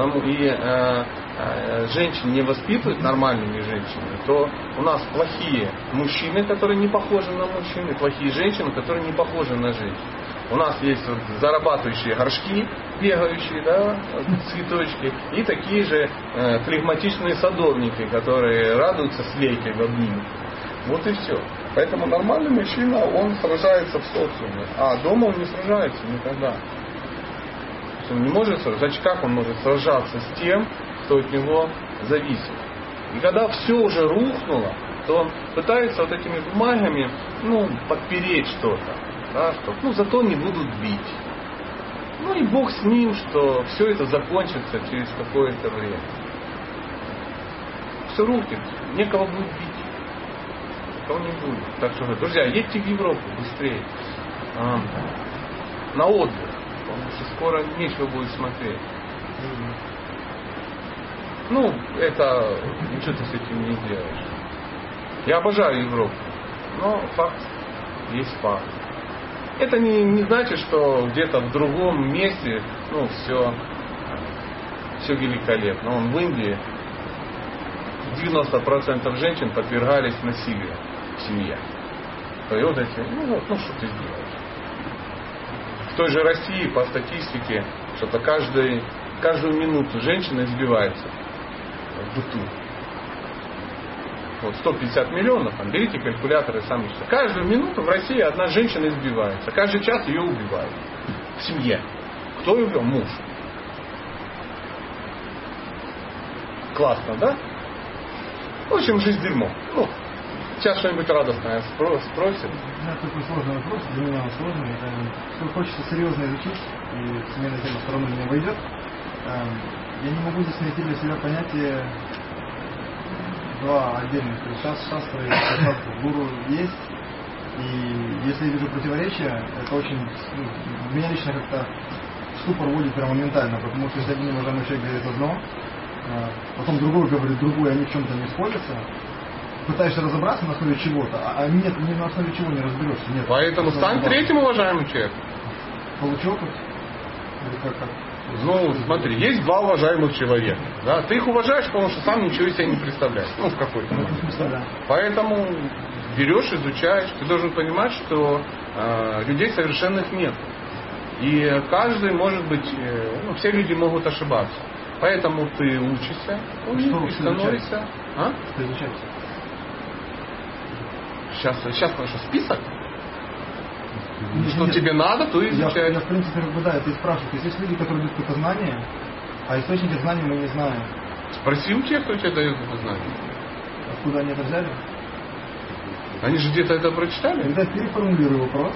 и женщин не воспитывают нормальными женщинами, то у нас плохие мужчины, которые не похожи на мужчин, и плохие женщины, которые не похожи на женщин. У нас есть зарабатывающие горшки, бегающие, цветочки, и такие же флегматичные садовники, которые радуются слейке в обнимку. Вот и все. Поэтому нормальный мужчина, он сражается в социуме, а дома он не сражается никогда. Он не может сражаться. Значит, как он может сражаться с тем, кто от него зависит? И когда все уже рухнуло, то он пытается вот этими бумагами подпереть что-то. Да, что, зато не будут бить. И Бог с ним, что все это закончится через какое-то время. Все рухнет, некого будет бить. Никого не будет. Так что, друзья, едьте в Европу быстрее. На отдых. Потому что скоро нечего будет смотреть. Ну, это ничего ты с этим не делаешь. Я обожаю Европу, но факт есть факт. Это не значит, что где-то в другом месте, все великолепно. В Индии 90% женщин подвергались насилию в семье. И вот эти, что ты сделаешь? В той же России по статистике что-то каждую минуту женщина избивается в быту. 150 миллионов, берите калькуляторы сами. Каждую минуту в России одна женщина избивается. Каждый час ее убивают. В семье. Кто ее убил? Муж. Классно, да? В общем, жизнь дерьмо. Сейчас что-нибудь радостное спросит. У меня такой сложный вопрос, для меня он сложный. Что хочется серьезно изучить, и семейная тема все равно не войдет. Я не могу здесь найти для себя понятие два отдельных. То есть шастра и шастра гуру есть. И если я вижу противоречия, это очень... меня лично как-то в ступор вводит прямо моментально, потому что если один уважаемый человек говорит одно, потом другой говорит другое, они в чем-то не сходятся, пытаешься разобраться на основе чего-то, а нет, ни на основе чего не разберешься. Нет. Поэтому стань третьим уважаемым человеком. Получил опыт? Или как? Смотри, есть два уважаемых человека. Да? Ты их уважаешь, потому что сам ничего из себя не представляешь. В какой-то момент. Да. Поэтому берешь, изучаешь. Ты должен понимать, что людей совершенных нет. И каждый может быть, все люди могут ошибаться. Поэтому ты учишься у них и становишься. Что изучаешь? Сейчас что, список? Что тебе надо, то и изучаешь. Я в принципе, это и спрашиваю. То есть есть люди, которые дают какое-то знание, а источники знаний мы не знаем. Спроси у тех, кто тебе дает это знание. Откуда они это взяли? Они же где-то это прочитали? Тогда переформулирую вопрос.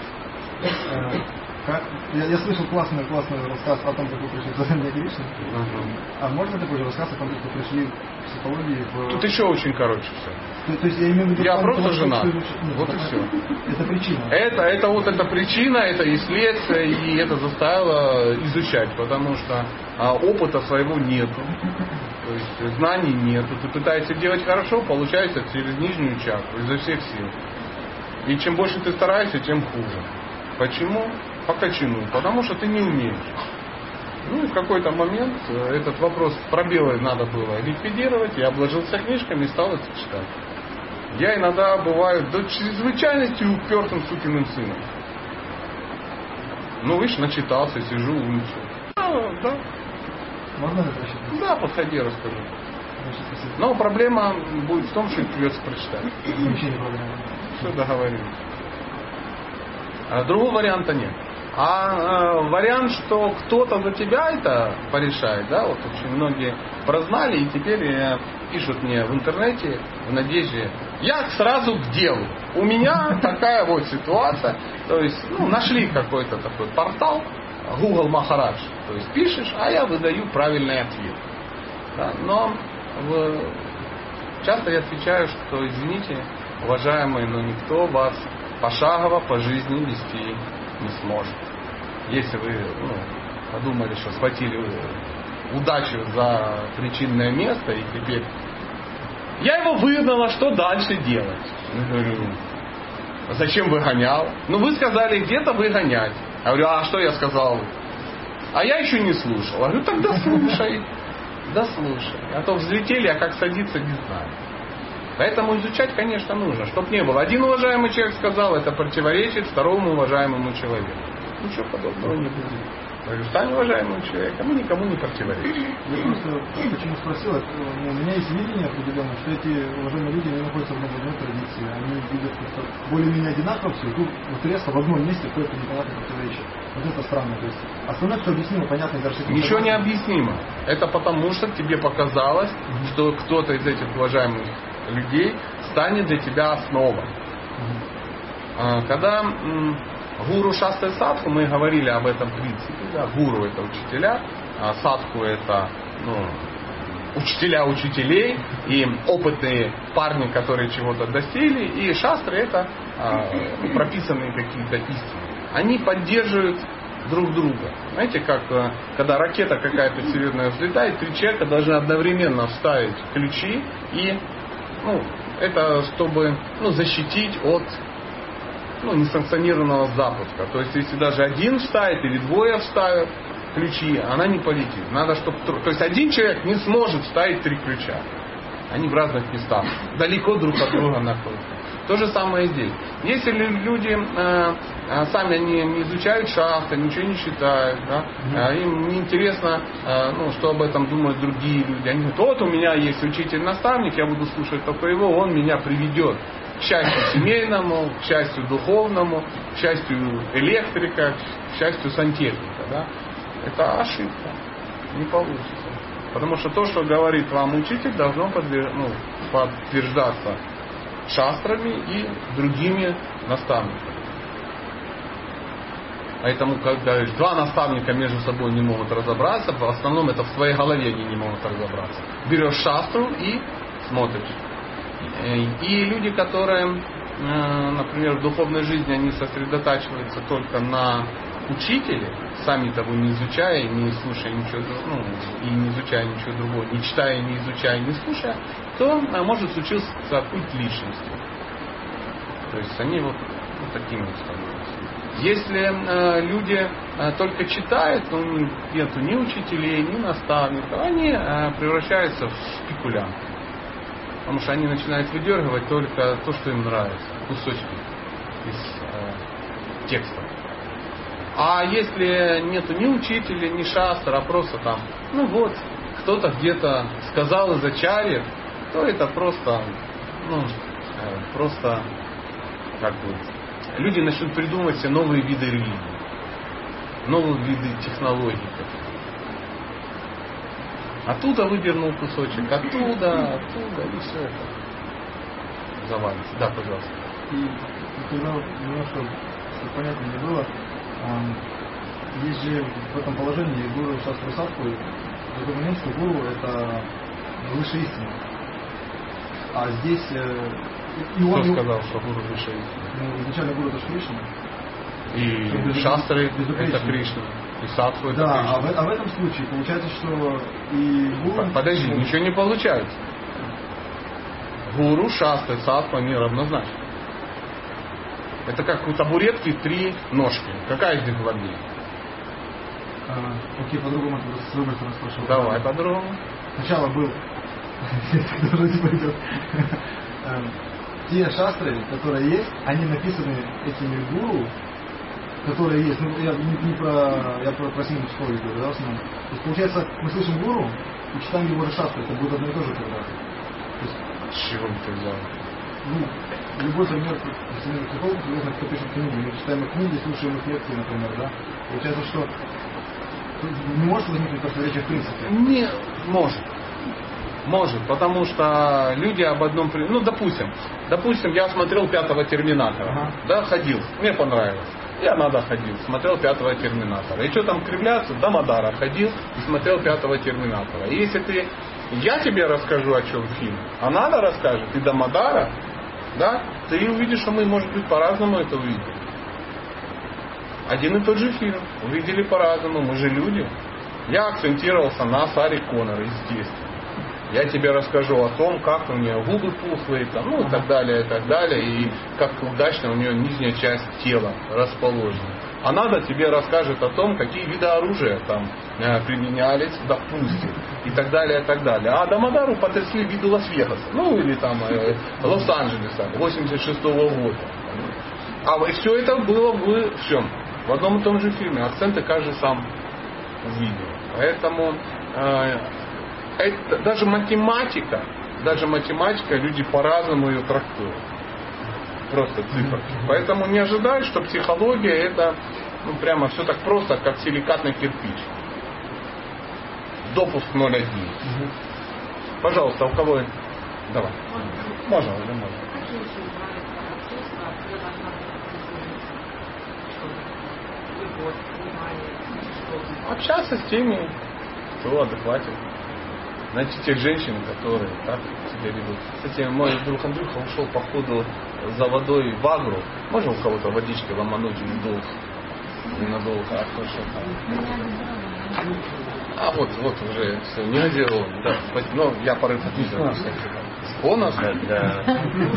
Я слышал классный рассказ о том, как вы пришли в сознание Кришны. А можно такой же рассказ о том, как вы пришли в психологии? Тут еще очень короче все. То есть я имею в виду... Я просто женат. Вот и все. Это причина. Это причина, это и следствие, и это заставило изучать, потому что опыта своего нету. То есть знаний нету. Ты пытаешься делать хорошо, получается через нижнюю чакру, изо всех сил. И чем больше ты стараешься, тем хуже. Почему? По качану. Потому что ты не умеешь. И в какой-то момент этот вопрос пробелы надо было ликвидировать. Я обложился книжками и стал это читать. Я иногда бываю до чрезвычайности упертым сукиным сыном. Видишь, начитался, сижу, умничаю. Да. Можно это рассчитать? Да, подходи, расскажу. Но проблема будет в том, что их придется прочитать. Вообще не проблема. Все, договорились. Другого варианта нет. Вариант, что кто-то за тебя это порешает, да, очень многие прознали и теперь пишут мне в интернете в надежде, я сразу к делу. У меня такая ситуация. То есть, нашли какой-то такой портал Google Maharaj. То есть пишешь, а я выдаю правильный ответ. Да, но часто я отвечаю, что извините, уважаемые, но никто вас пошагово по жизни вести не сможет. Если вы подумали, что схватили удачу за причинное место и теперь я его выгнала, что дальше делать? Я говорю, зачем выгонял? Вы сказали где-то выгонять. Я говорю, а что я сказал? А я еще не слушал. Я говорю, тогда слушай. Да слушай. А то взлетели, а как садиться, не знаю. Поэтому изучать, конечно, нужно. Чтоб не было. Один уважаемый человек сказал, это противоречит второму уважаемому человеку. Ничего подобного не будет. Я говорю, стань уважаемым человеком, мы никому не противоречим. Я просто почему спросил, у меня есть видение определенное, что эти уважаемые люди не находятся в одной традиции. Они видят как-то более-менее одинаково все, и тут резко в одном месте какое-то непонятное противоречие. Это странно. То есть остальное все объяснимо, понятно, даже ничего не объяснимо. Это потому, что тебе показалось, что кто-то из этих уважаемых людей станет для тебя основой. Когда гуру шастры садху, мы говорили об этом принципе. Да? Гуру это учителя, а садху это учителя учителей и опытные парни, которые чего-то достигли. И шастры это прописанные какие-то истины. Они поддерживают друг друга. Знаете, как когда ракета какая-то северная взлетает, 3 человека должны одновременно вставить ключи и это чтобы защитить от несанкционированного запуска. То есть если даже один вставит или 2 вставят ключи, она не полетит. Надо, чтобы... То есть один человек не сможет вставить 3 ключа. Они в разных местах, далеко друг от друга находятся. То же самое и здесь. Если люди сами не изучают шахты, ничего не читают, да, им не интересно, что об этом думают другие люди. Они говорят, вот у меня есть учитель-наставник, я буду слушать только его, он меня приведет к счастью семейному, к счастью духовному, к счастью электрика, к счастью сантехника. Да? Это ошибка. Не получится. Потому что то, что говорит вам учитель, должно подтверждаться шастрами и другими наставниками. Поэтому, когда 2 наставника между собой не могут разобраться, в основном это в своей голове они не могут разобраться. Берешь шастру и смотришь. И люди, которые, например, в духовной жизни, они сосредотачиваются только на учителе, сами того не изучая, не слушая ничего, и не изучая ничего другого, не читая, не изучая, не слушая, то может случиться культ личности. То есть они такими становятся. Если люди только читают, то нету ни учителей, ни наставников, они превращаются в спекулянтов. Потому что они начинают выдергивать только то, что им нравится, кусочки из текста. А если нету ни учителя, ни шастра, а просто там, кто-то где-то сказал из ачарьев, то это просто люди начнут придумывать все новые виды религии, новые виды технологий. Оттуда выдернул кусочек, оттуда, и все это завалится. Да, пожалуйста. И когда немножко, чтобы понятно не было, есть же в этом положении гуру шастру садху, такой момент, что гуру это выше истины. А здесь Кто сказал, что гуру выше истины? Изначально гуру это Кришна. И шастры это Кришна. И садху это Кришна. Да, а в этом случае получается, что и гуру... Подожди, ничего не получается. Гуру, шастры, садху, они равнозначны. Это как у табуретки 3 ножки. Какая из них главнее? Окей, по-другому с другой стороны спрошу. Давай по-другому. Сначала был те шастры, которые есть, они написаны этими гуру, которые есть. Я про синюю психологию говорю, да, в основном. То есть, получается, мы слышим гуру и читаем его шастры, это будет одно и то же тогда. С чего ты взял? Любой пример семейных психологов, известно, кто пишет книги. Мы читаем их книги, слушаем их лекции, например, да? Получается, что не может возникнуть противоречие в принципе? Не может. Может, потому что люди об одном... допустим, я смотрел 5-го Терминатора. Да, ходил. Мне понравилось. Я ходил, смотрел 5-го Терминатора. И что там кривляться? До Мадара ходил и смотрел 5-го Терминатора. И если я тебе расскажу, о чем фильм, а Нада расскажет, и до Мадара, да, ты увидишь, что мы, может быть, по-разному это увидели. Один и тот же фильм. Увидели по-разному. Мы же люди. Я акцентировался на Саре Коннор из детства. Я тебе расскажу о том, как у нее губы пухлые, и так далее, и как удачно у нее нижняя часть тела расположена. А Нада тебе расскажет о том, какие виды оружия там применялись, допустим, и так далее, и так далее. А Дамадару потрясли виды Лас-Вегаса, или там Лос-Анджелеса 86-го года. А все это было в одном и том же фильме. Акценты каждый сам увидел. Поэтому даже математика, люди по-разному ее трактуют. Просто циферки. Поэтому не ожидай, что психология это прямо все так просто, как силикатный кирпич. Допуск 0,1. Пожалуйста, у кого... Давай. Можно. Общаться с теми, кто адекватен. Знаете, тех женщин, которые так себя ведут. Кстати, мой друг Андрюха ушел по ходу за водой в Агру. Можно у кого-то водички ломануть в долг? Ненадолго. А кто что там? А вот уже все, не газирован. Да. Ну, я порыв отвечу. Бонус? Да.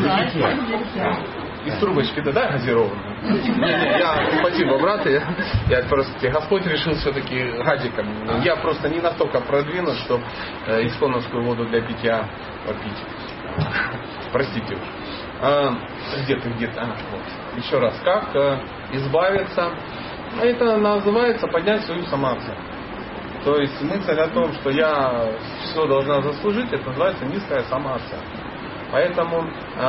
Из трубочки, да, газированную? Я, спасибо, брат, я просто, Господь решил все-таки гадиком. Я просто не настолько продвинут, чтобы исконовскую воду для питья попить. Простите уж. Где-то. Вот. Еще раз, как избавиться? Это называется поднять свою самооценку. То есть мысль о том, что я все должна заслужить, это называется низкая самооценка. Поэтому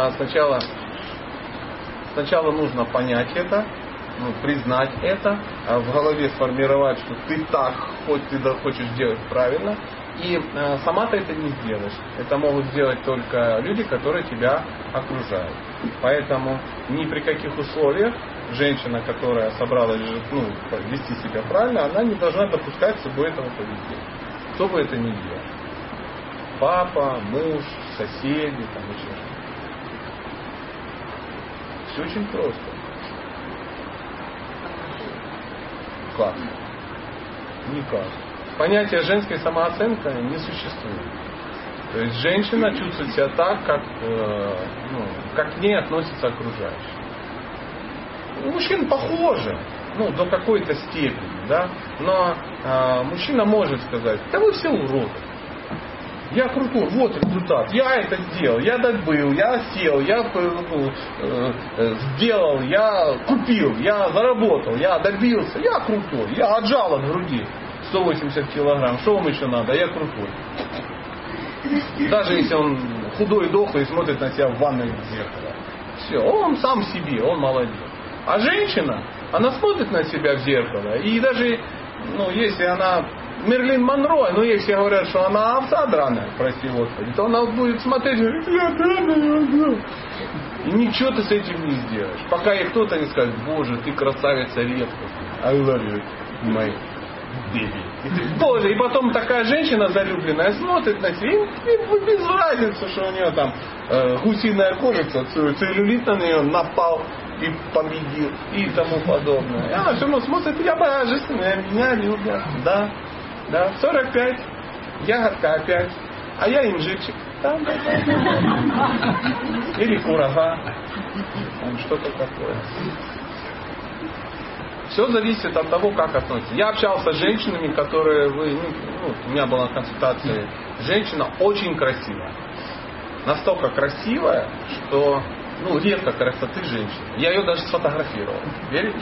сначала нужно понять это, признать это, в голове сформировать, что ты так, хоть ты хочешь делать правильно, и сама ты это не сделаешь. Это могут сделать только люди, которые тебя окружают. Поэтому ни при каких условиях женщина, которая собралась вести себя правильно, она не должна допускать с собой этого поведения. Кто бы это ни делал. Папа, муж, соседи, там еще что-то. Все очень просто. Как? Никак. Понятие женской самооценки не существует. То есть женщина чувствует себя так, как к ней относятся окружающие. У мужчин похоже, до какой-то степени, да, но мужчина может сказать: да вы все уроды. Я крутой, вот результат, я это сделал, я добыл, я сел, я сделал, я купил, я заработал, я добился, я крутой, я отжал от груди 180 килограмм, что вам еще надо, я крутой. Даже если он худой и дохлый и смотрит на себя в ванной в зеркало. Все, он сам себе, он молодец. А женщина, она смотрит на себя в зеркало, и даже, если она Мерлин Монро, если говорят, что она овца драная, прости Господи, то она будет смотреть, я драная. И ничего ты с этим не сделаешь. Пока ей кто-то не скажет: боже, ты красавица редкость. I love you, my baby. Боже, и потом такая женщина залюбленная смотрит на себя, и без разницы, что у нее там гусиная кожица, целлюлит на нее напал и победил, и тому подобное. И она все равно смотрит: я божественная, меня любят. Да, 45, ягодка опять, а я инжирчик. Там. Или курага. Там что-то такое. Все зависит от того, как относится. Я общался с женщинами, которые... у меня была консультация. Женщина очень красивая. Настолько красивая, что... редко красоты женщины. Я ее даже сфотографировал. Верите?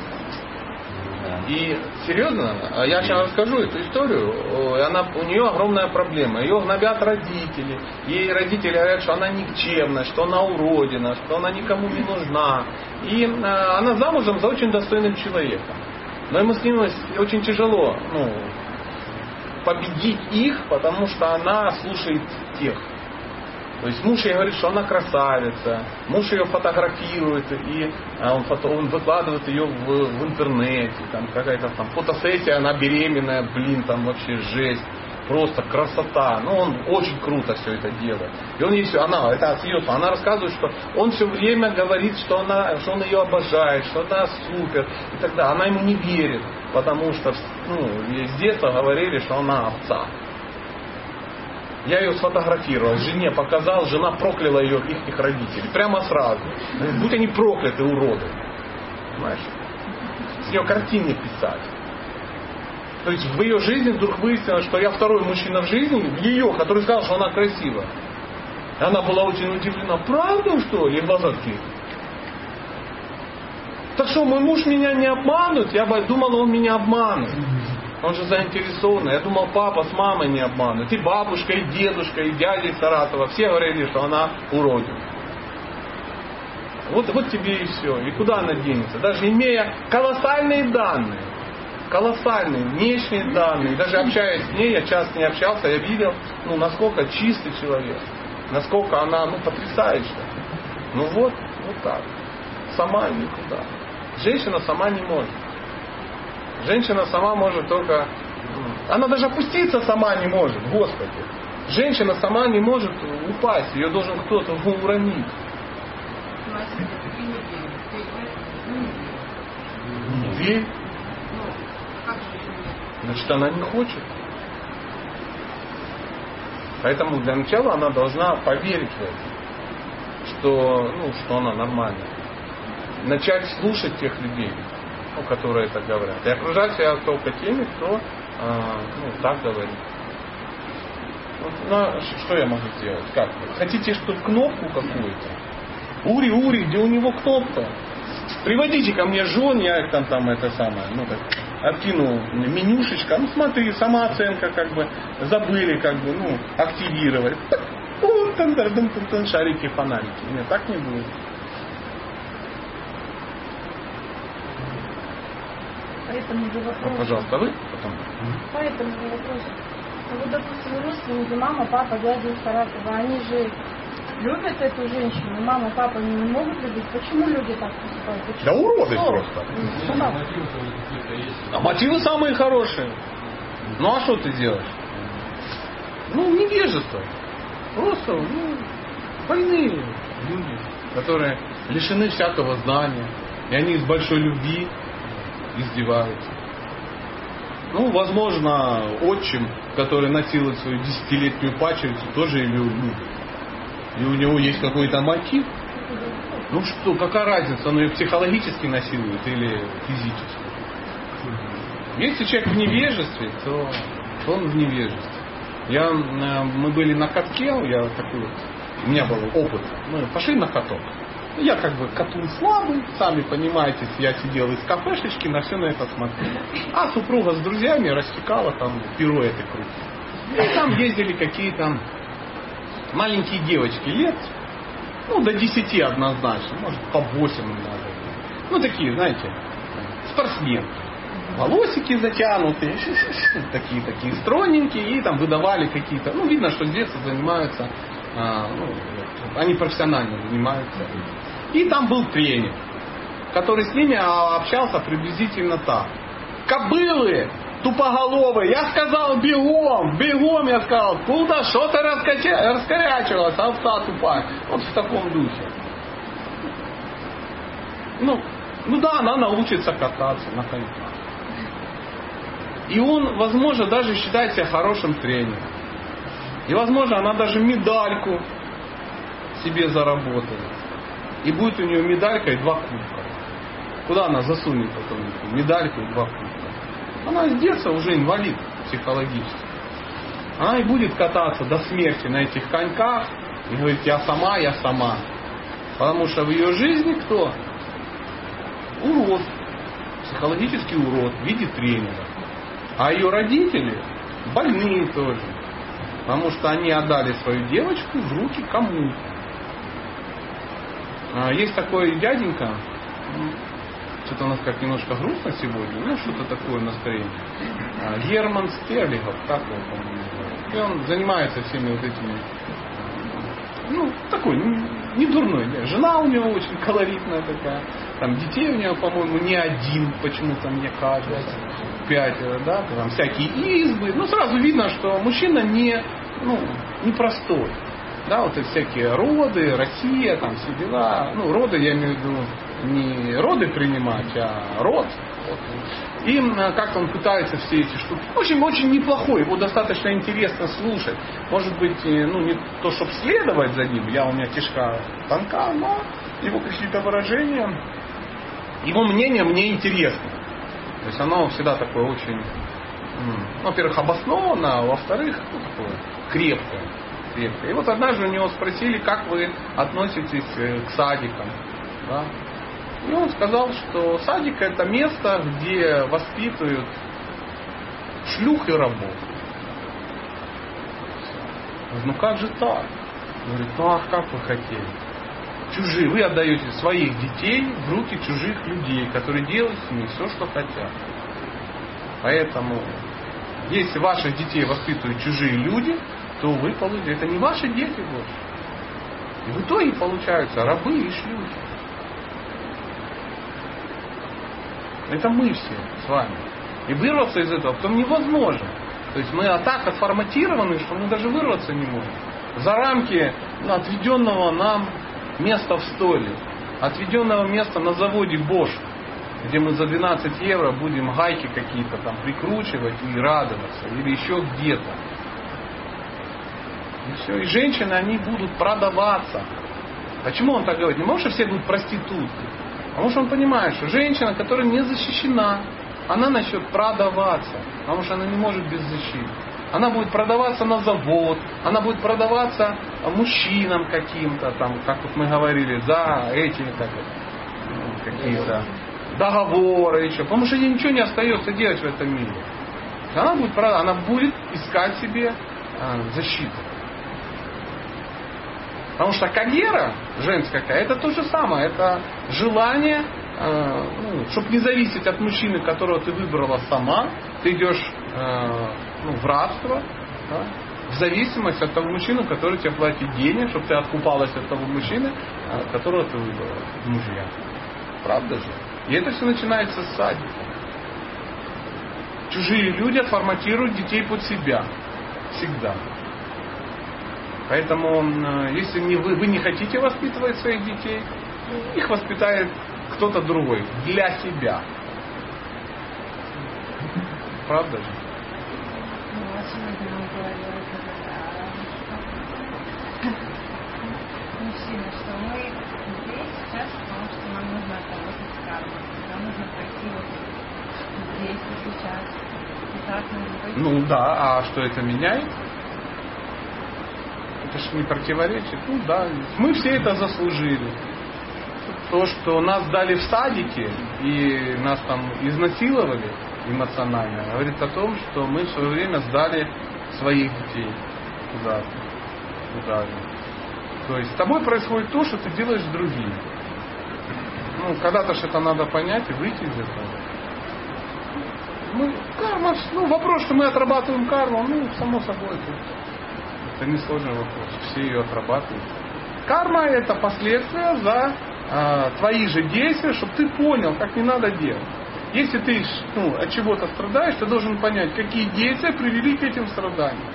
И серьезно, я сейчас расскажу эту историю. У нее огромная проблема. Ее гнобят родители. Ей родители говорят, что она никчемная, что она уродина, что она никому не нужна. И она замужем за очень достойным человеком. Но ему с ним очень тяжело победить их, потому что она слушает тех. То есть муж ей говорит, что она красавица, муж ее фотографирует, и он выкладывает ее в интернете, там какая-то там фотосессия, она беременная, там вообще жесть, просто красота. Он очень круто все это делает. И он ей это смеется, она рассказывает, что он все время говорит, что он ее обожает, что она супер, и так далее. Она ему не верит, потому что с детства говорили, что она овца. Я ее сфотографировал, жене показал, жена прокляла их родителей. Прямо сразу. Будь они прокляты, уроды. Понимаешь? С нее картины писать. То есть в ее жизни вдруг выяснилось, что я второй мужчина в жизни, который сказал, что она красивая. Она была очень удивлена. Правда, что ли? И глаза такие. Так что, мой муж меня не обманут? Я думала, он меня обманет. Он же заинтересован. Я думал, папа с мамой не обманут. И бабушка, и дедушка, и дядя из Саратова. Все говорили, что она уродина. Вот тебе и все. И куда она денется? Даже имея колоссальные данные. Колоссальные внешние данные. Даже общаясь с ней, я часто не общался, я видел, насколько чистый человек. Насколько она, потрясающая. Вот так. Сама никуда. Женщина сама не может. Женщина сама может только... Она даже опуститься сама не может, Господи. Женщина сама не может упасть, ее должен кто-то уронить. Верь. Значит, она не хочет. Поэтому для начала она должна поверить в это, что она нормальная. Начать слушать тех людей, которые это говорят. И окружать себя только теми, кто так говорит. Что я могу сделать? Как? Хотите, чтобы кнопку какую-то? Ури, где у него кнопка? Приводите ко мне жен, я их там это самое, откину менюшечка, смотри, самооценка забыли, активировали. Шарики, фонарики. Нет, так не будет. Поэтому же вопрос. Пожалуйста, вы потом. Поэтому же вопрос. Вот, допустим, родственники, мама, папа, дядя из Саратова, они же любят эту женщину, мама, папа не могут любить. Почему люди так поступают? Почему? Да уроды просто. А мотивы самые хорошие. Ну а что ты делаешь? Невежество. Просто больные люди, которые лишены всякого знания. И они из большой любви издеваются. Возможно, отчим, который насилует свою 10-летнюю пачерицу, тоже ее любит. И у него есть какой-то мотив. Какая разница, он ее психологически насилует или физически? Если человек в невежестве, то он в невежестве. Мы были на катке, у меня был опыт. Мы пошли на каток. Я катун слабый, сами понимаете, я сидел из кафешечки, на все на это смотрел. А супруга с друзьями рассекала пируэты крутить. И там ездили какие-то маленькие девочки лет, до 10 однозначно, может по 8 надо. Такие, знаете, спортсменки. Волосики затянутые, такие стройненькие, и выдавали какие-то, видно, что с детства занимаются, они профессионально занимаются. И там был тренер, который с ними общался приблизительно так. Кобылы тупоголовые, я сказал бегом, я сказал, куда, что ты раскорячилась, овца тупая. В таком духе. Она научится кататься на коньках. И он, возможно, даже считает себя хорошим тренером. И, возможно, она даже медальку себе заработает. И будет у нее медалька и 2 кубка. Куда она засунет потом медальку и 2 кубка? Она с детства уже инвалид психологически. Она и будет кататься до смерти на этих коньках и говорит, я сама. Потому что в ее жизни кто? Урод. Психологический урод в виде тренера. А ее родители больные тоже. Потому что они отдали свою девочку в руки кому-то. Есть такой дяденька, что-то у нас немножко грустно сегодня, что-то такое настроение. Герман Стерлигов, так он, по-моему, называется. И он занимается всеми этими, такой, не дурной. Жена у него очень колоритная такая. Там детей у него, по-моему, не один, почему-то мне кажется. 5, там всякие избы. Сразу видно, что мужчина не простой. Эти всякие роды, Россия, там все дела. Роды, я имею в виду, не роды принимать, а род. И как он пытается все эти штуки. Очень неплохой, его достаточно интересно слушать. Может быть, не то, чтобы следовать за ним, у меня кишка тонка, но его какие-то выражения, его мнение мне интересно. То есть оно всегда такое очень, во-первых, обоснованно, а во-вторых, такое крепкое. И однажды у него спросили, как вы относитесь к садикам. Да? И он сказал, что садик это место, где воспитывают шлюх и рабов. Как же так? Говорит, как вы хотели? Чужие, вы отдаете своих детей в руки чужих людей, которые делают с ними все, что хотят. Поэтому, если ваших детей воспитывают чужие люди, то вы получите, это не ваши дети больше. И в итоге получаются рабы и шлюхи. Это мы все с вами. И вырваться из этого потом невозможно. То есть мы так отформатированы, что мы даже вырваться не можем. За рамки отведенного нам места в столе, отведенного места на заводе Bosch. где мы за 12 евро будем гайки какие-то там прикручивать и радоваться, или еще где-то. И все. И женщины, они будут продаваться. Почему он так говорит? Не потому что все будут проститутки. Потому что он понимает, что женщина, которая не защищена, она начнет продаваться. Потому что она не может без защиты. Она будет продаваться на завод, она будет продаваться мужчинам каким-то, там, как вот мы говорили, за эти какие-то договоры еще. Потому что ей ничего не остается делать в этом мире. Она будет искать себе защиту. Потому что карьера женская, это то же самое. Это желание, чтобы не зависеть от мужчины, которого ты выбрала сама. Ты идешь в рабство, да, в зависимость от того мужчины, который тебе платит денег, чтобы ты откупалась от того мужчины, которого ты выбрала в мужья. Правда же? И это все начинается с садика. Чужие люди форматируют детей под себя. Всегда. Поэтому, если вы не хотите воспитывать своих детей, их воспитает кто-то другой. Для себя. Правда же? Сегодня нам говорили мужчины, что мы здесь сейчас, потому что нам нужно отработать с кармой. Нам нужно пройти вот здесь и сейчас. И так нужно пойти. Ну да, а что это меняет? Это же не противоречит. Ну да, мы все это заслужили. То, что нас дали в садике и нас там изнасиловали эмоционально, говорит о том, что мы в свое время сдали своих детей туда же. То есть с тобой происходит то, что ты делаешь с другими. Ну, когда-то же это надо понять и выйти из этого. Карма, вопрос, что мы отрабатываем карму, само собой, это несложный вопрос. Все ее отрабатывают. Карма это последствия за твои же действия, чтобы ты понял, как не надо делать. Если ты от чего-то страдаешь, ты должен понять, какие действия привели к этим страданиям.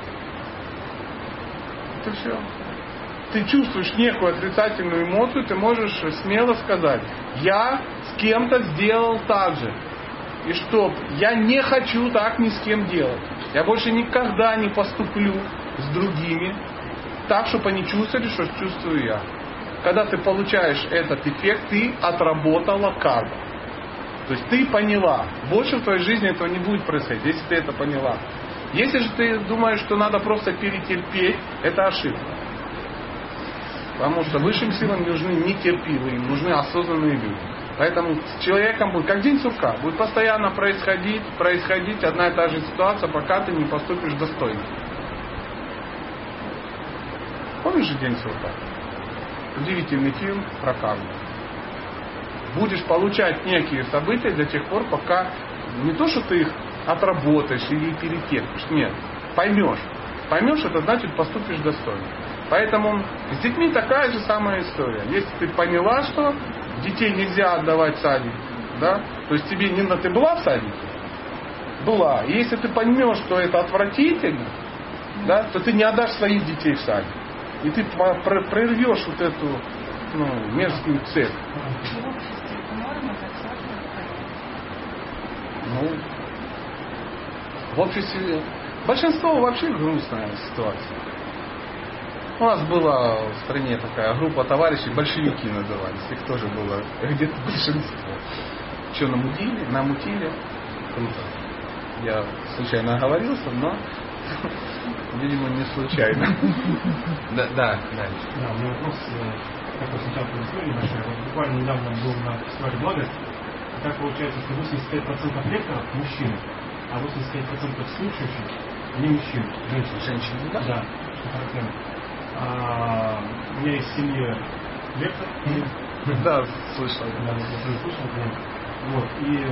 Это все. Ты чувствуешь некую отрицательную эмоцию, ты можешь смело сказать: я с кем-то сделал так же. И что я не хочу так ни с кем делать. Я больше никогда не поступлю с другими так, чтобы они чувствовали, что чувствую я. Когда ты получаешь этот эффект, ты отработала карму. То есть ты поняла. Больше в твоей жизни этого не будет происходить, если ты это поняла. Если же ты думаешь, что надо просто перетерпеть, это ошибка. Потому что высшим силам нужны нетерпеливые, им нужны осознанные люди. Поэтому с человеком будет, как день сурка, будет постоянно происходить одна и та же ситуация, пока ты не поступишь достойно. Помнишь же день сурка? Удивительный фильм про карму. Будешь получать некие события до тех пор, пока не то, что ты их отработаешь или перетерпишь. Нет. Поймешь. Поймешь, это значит поступишь достойно. Поэтому с детьми такая же самая история. Если ты поняла, что детей нельзя отдавать в садик, да, то есть тебе не надо, ты была в садике? Была. И если ты поймешь, что это отвратительно, да, то ты не отдашь своих детей в садик. И ты прервешь вот эту мерзкую цепь. В обществе большинство вообще грустная ситуация. У нас была в стране такая группа товарищей, большевики назывались, их тоже было где-то большинство. Что намутили? Круто. Я случайно оговорился, но, видимо, не случайно. Да, дальше. Да, у меня вопрос, такой сначала история небольшая. Вот буквально недавно был на фестивале «Благость». Так получается, что 85% лекторов мужчины, а 85% слушающих не мужчин, женщины. Да, что характерно. У меня есть в семье лектор. Да, слышал. Да, я слышал. Вот. И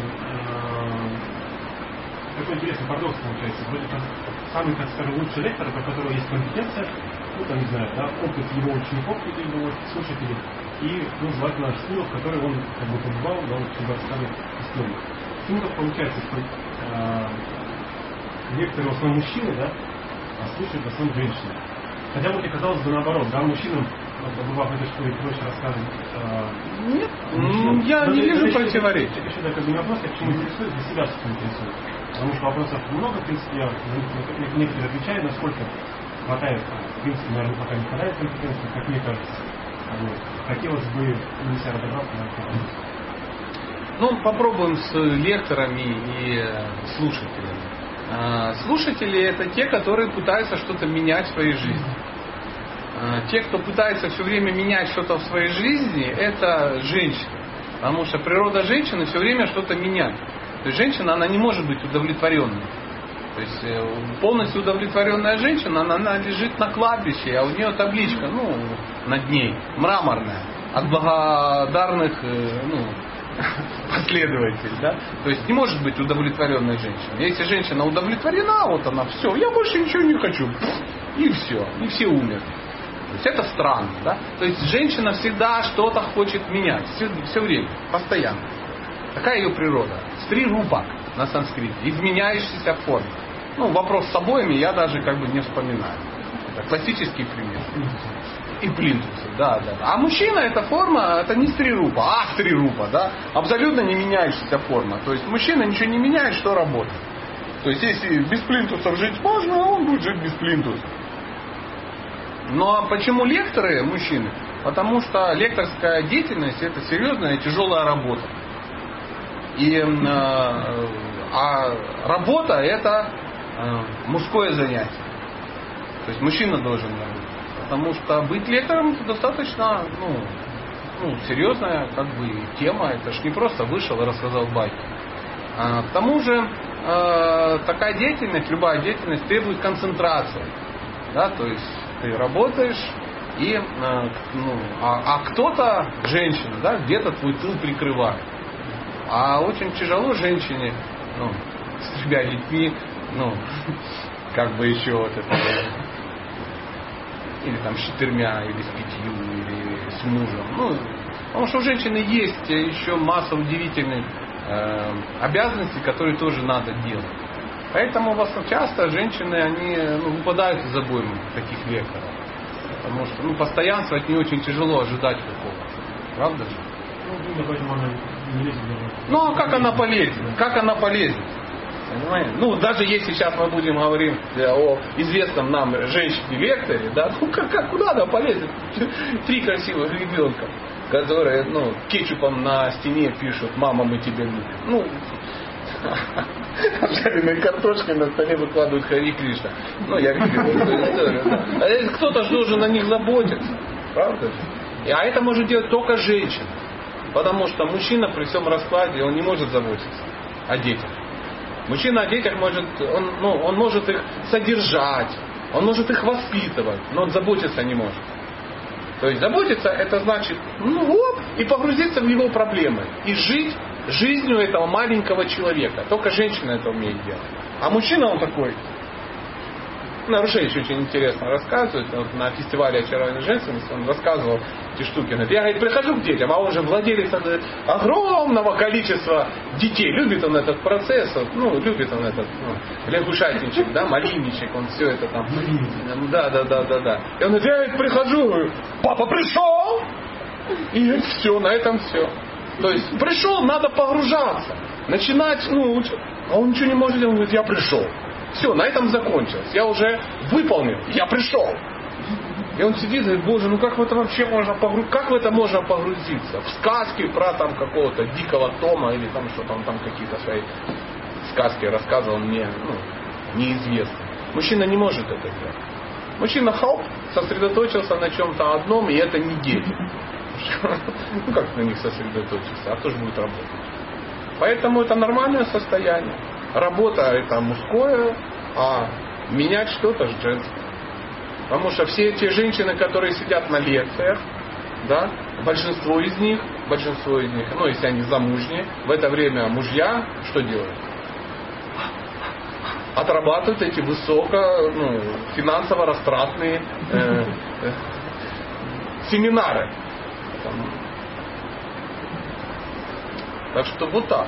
такой интересный парадокс получается. Вроде как самый, так скажем, лучший лектор, у которого есть компетенция, не знаю, да, опыт его учеников, его слушателей, и желательно школа, в которой он побывал, да, очень рассказывает историю. Почему так получается, что лекторы в основном мужчины, да, а слушают в основном женщины? Хотя вот и казалось бы наоборот, да, мужчинам бывает, что и проще рассказывать. Нет, я не вижу противоречия. Еще такой вопрос, я почему интересуюсь, для себя что интересует. Потому что вопросов много, в принципе, я некоторые отвечаю, насколько хватает, в принципе, наверное, пока не хватает компетенции, как мне кажется. Вот. Хотелось бы для себя разобраться на этом вопросе. Ну, попробуем с лекторами и слушателями. Слушатели — это те, которые пытаются что-то менять в своей жизни. Те, кто пытается все время менять что-то в своей жизни, это женщины. Потому что природа женщины все время что-то менять. То есть женщина, она не может быть удовлетворенной. То есть полностью удовлетворенная женщина, она лежит на кладбище, а у нее табличка, над ней, мраморная, от благодарных, последователей. Да? То есть не может быть удовлетворенной женщина. Если женщина удовлетворена, вот она, все, я больше ничего не хочу. И все, и все умерли. То есть это странно. Да? То есть женщина всегда что-то хочет менять. Все время, постоянно. Такая ее природа. Стри-рупа на санскрите. Изменяющаяся форма. Вопрос с обоями я даже не вспоминаю. Это классический пример. И плинтусы, да. А мужчина — это форма, это не стрирупа, а стрирупа, да. Абсолютно не меняющаяся форма. То есть мужчина ничего не меняет, что работает. То есть если без плинтусов жить можно, он будет жить без плинтусов. Но почему лекторы мужчины? Потому что лекторская деятельность — это серьезная и тяжелая работа. А работа — это мужское занятие. То есть мужчина должен работать. Потому что быть лектором — это достаточно серьезная тема. Это ж не просто вышел и рассказал байки. К тому же такая деятельность, любая деятельность требует концентрации. Да? То есть ты работаешь, и кто-то, женщина, да, где-то твой тыл прикрывает. А очень тяжело женщине с тремя детьми, еще вот это, или с 4, или с 5, или с мужем. Потому что у женщины есть еще масса удивительных обязанностей, которые тоже надо делать. Поэтому часто женщины, они выпадают из обоймы таких лекторов. Потому что постоянство от нее очень тяжело ожидать какого-то. Правда же? А как она полезет? Как она полезет? Понимаете? Даже если сейчас мы будем говорить о известном нам женщине-лекторе, да, куда она полезет? 3 красивых ребенка, которые, кетчупом на стене пишут: «Мама, мы тебя любим». Жареной картошкой на столе выкладывают Хари Кришна. Я видел эту историю. Да. Кто-то же должен о них заботиться. Правда же? А это может делать только женщина. Потому что мужчина при всем раскладе, он не может заботиться о детях. Мужчина о детях может, он может их содержать, он может их воспитывать, но он заботиться не может. То есть заботиться — это значит, и погрузиться в его проблемы. И жить жизнью этого маленького человека. Только женщина это умеет делать. А мужчина, он такой. Нарушевич очень интересно рассказывает. На фестивале очарования женственности он рассказывал эти штуки. Я, прихожу к детям, а он же владелец огромного количества детей. Любит он этот процесс, любит он этот лягушатничек, да, малинничек, он все это там. Да. И он говорит, я прихожу, говорю: папа пришел! И все, на этом все. То есть пришел, надо погружаться. Начинать, а он ничего не может делать, он говорит: я пришел. Все, на этом закончилось. Я уже выполнил, я пришел. И он сидит и говорит: боже, как в это вообще можно погрузиться? Как в это можно погрузиться? В сказки про какого-то дикого Тома или что-то он какие-то свои сказки рассказывал мне, неизвестно. Мужчина не может это делать. Мужчина сосредоточился на чем-то одном, и это не дети. Как на них сосредоточиться? А кто же будет работать? Поэтому это нормальное состояние. Работа — это мужское, а менять что-то — женское. Потому что все те женщины, которые сидят на лекциях, да, большинство из них, если они замужние, в это время мужья что делают? Отрабатывают эти финансово растратные семинары. Так что вот так.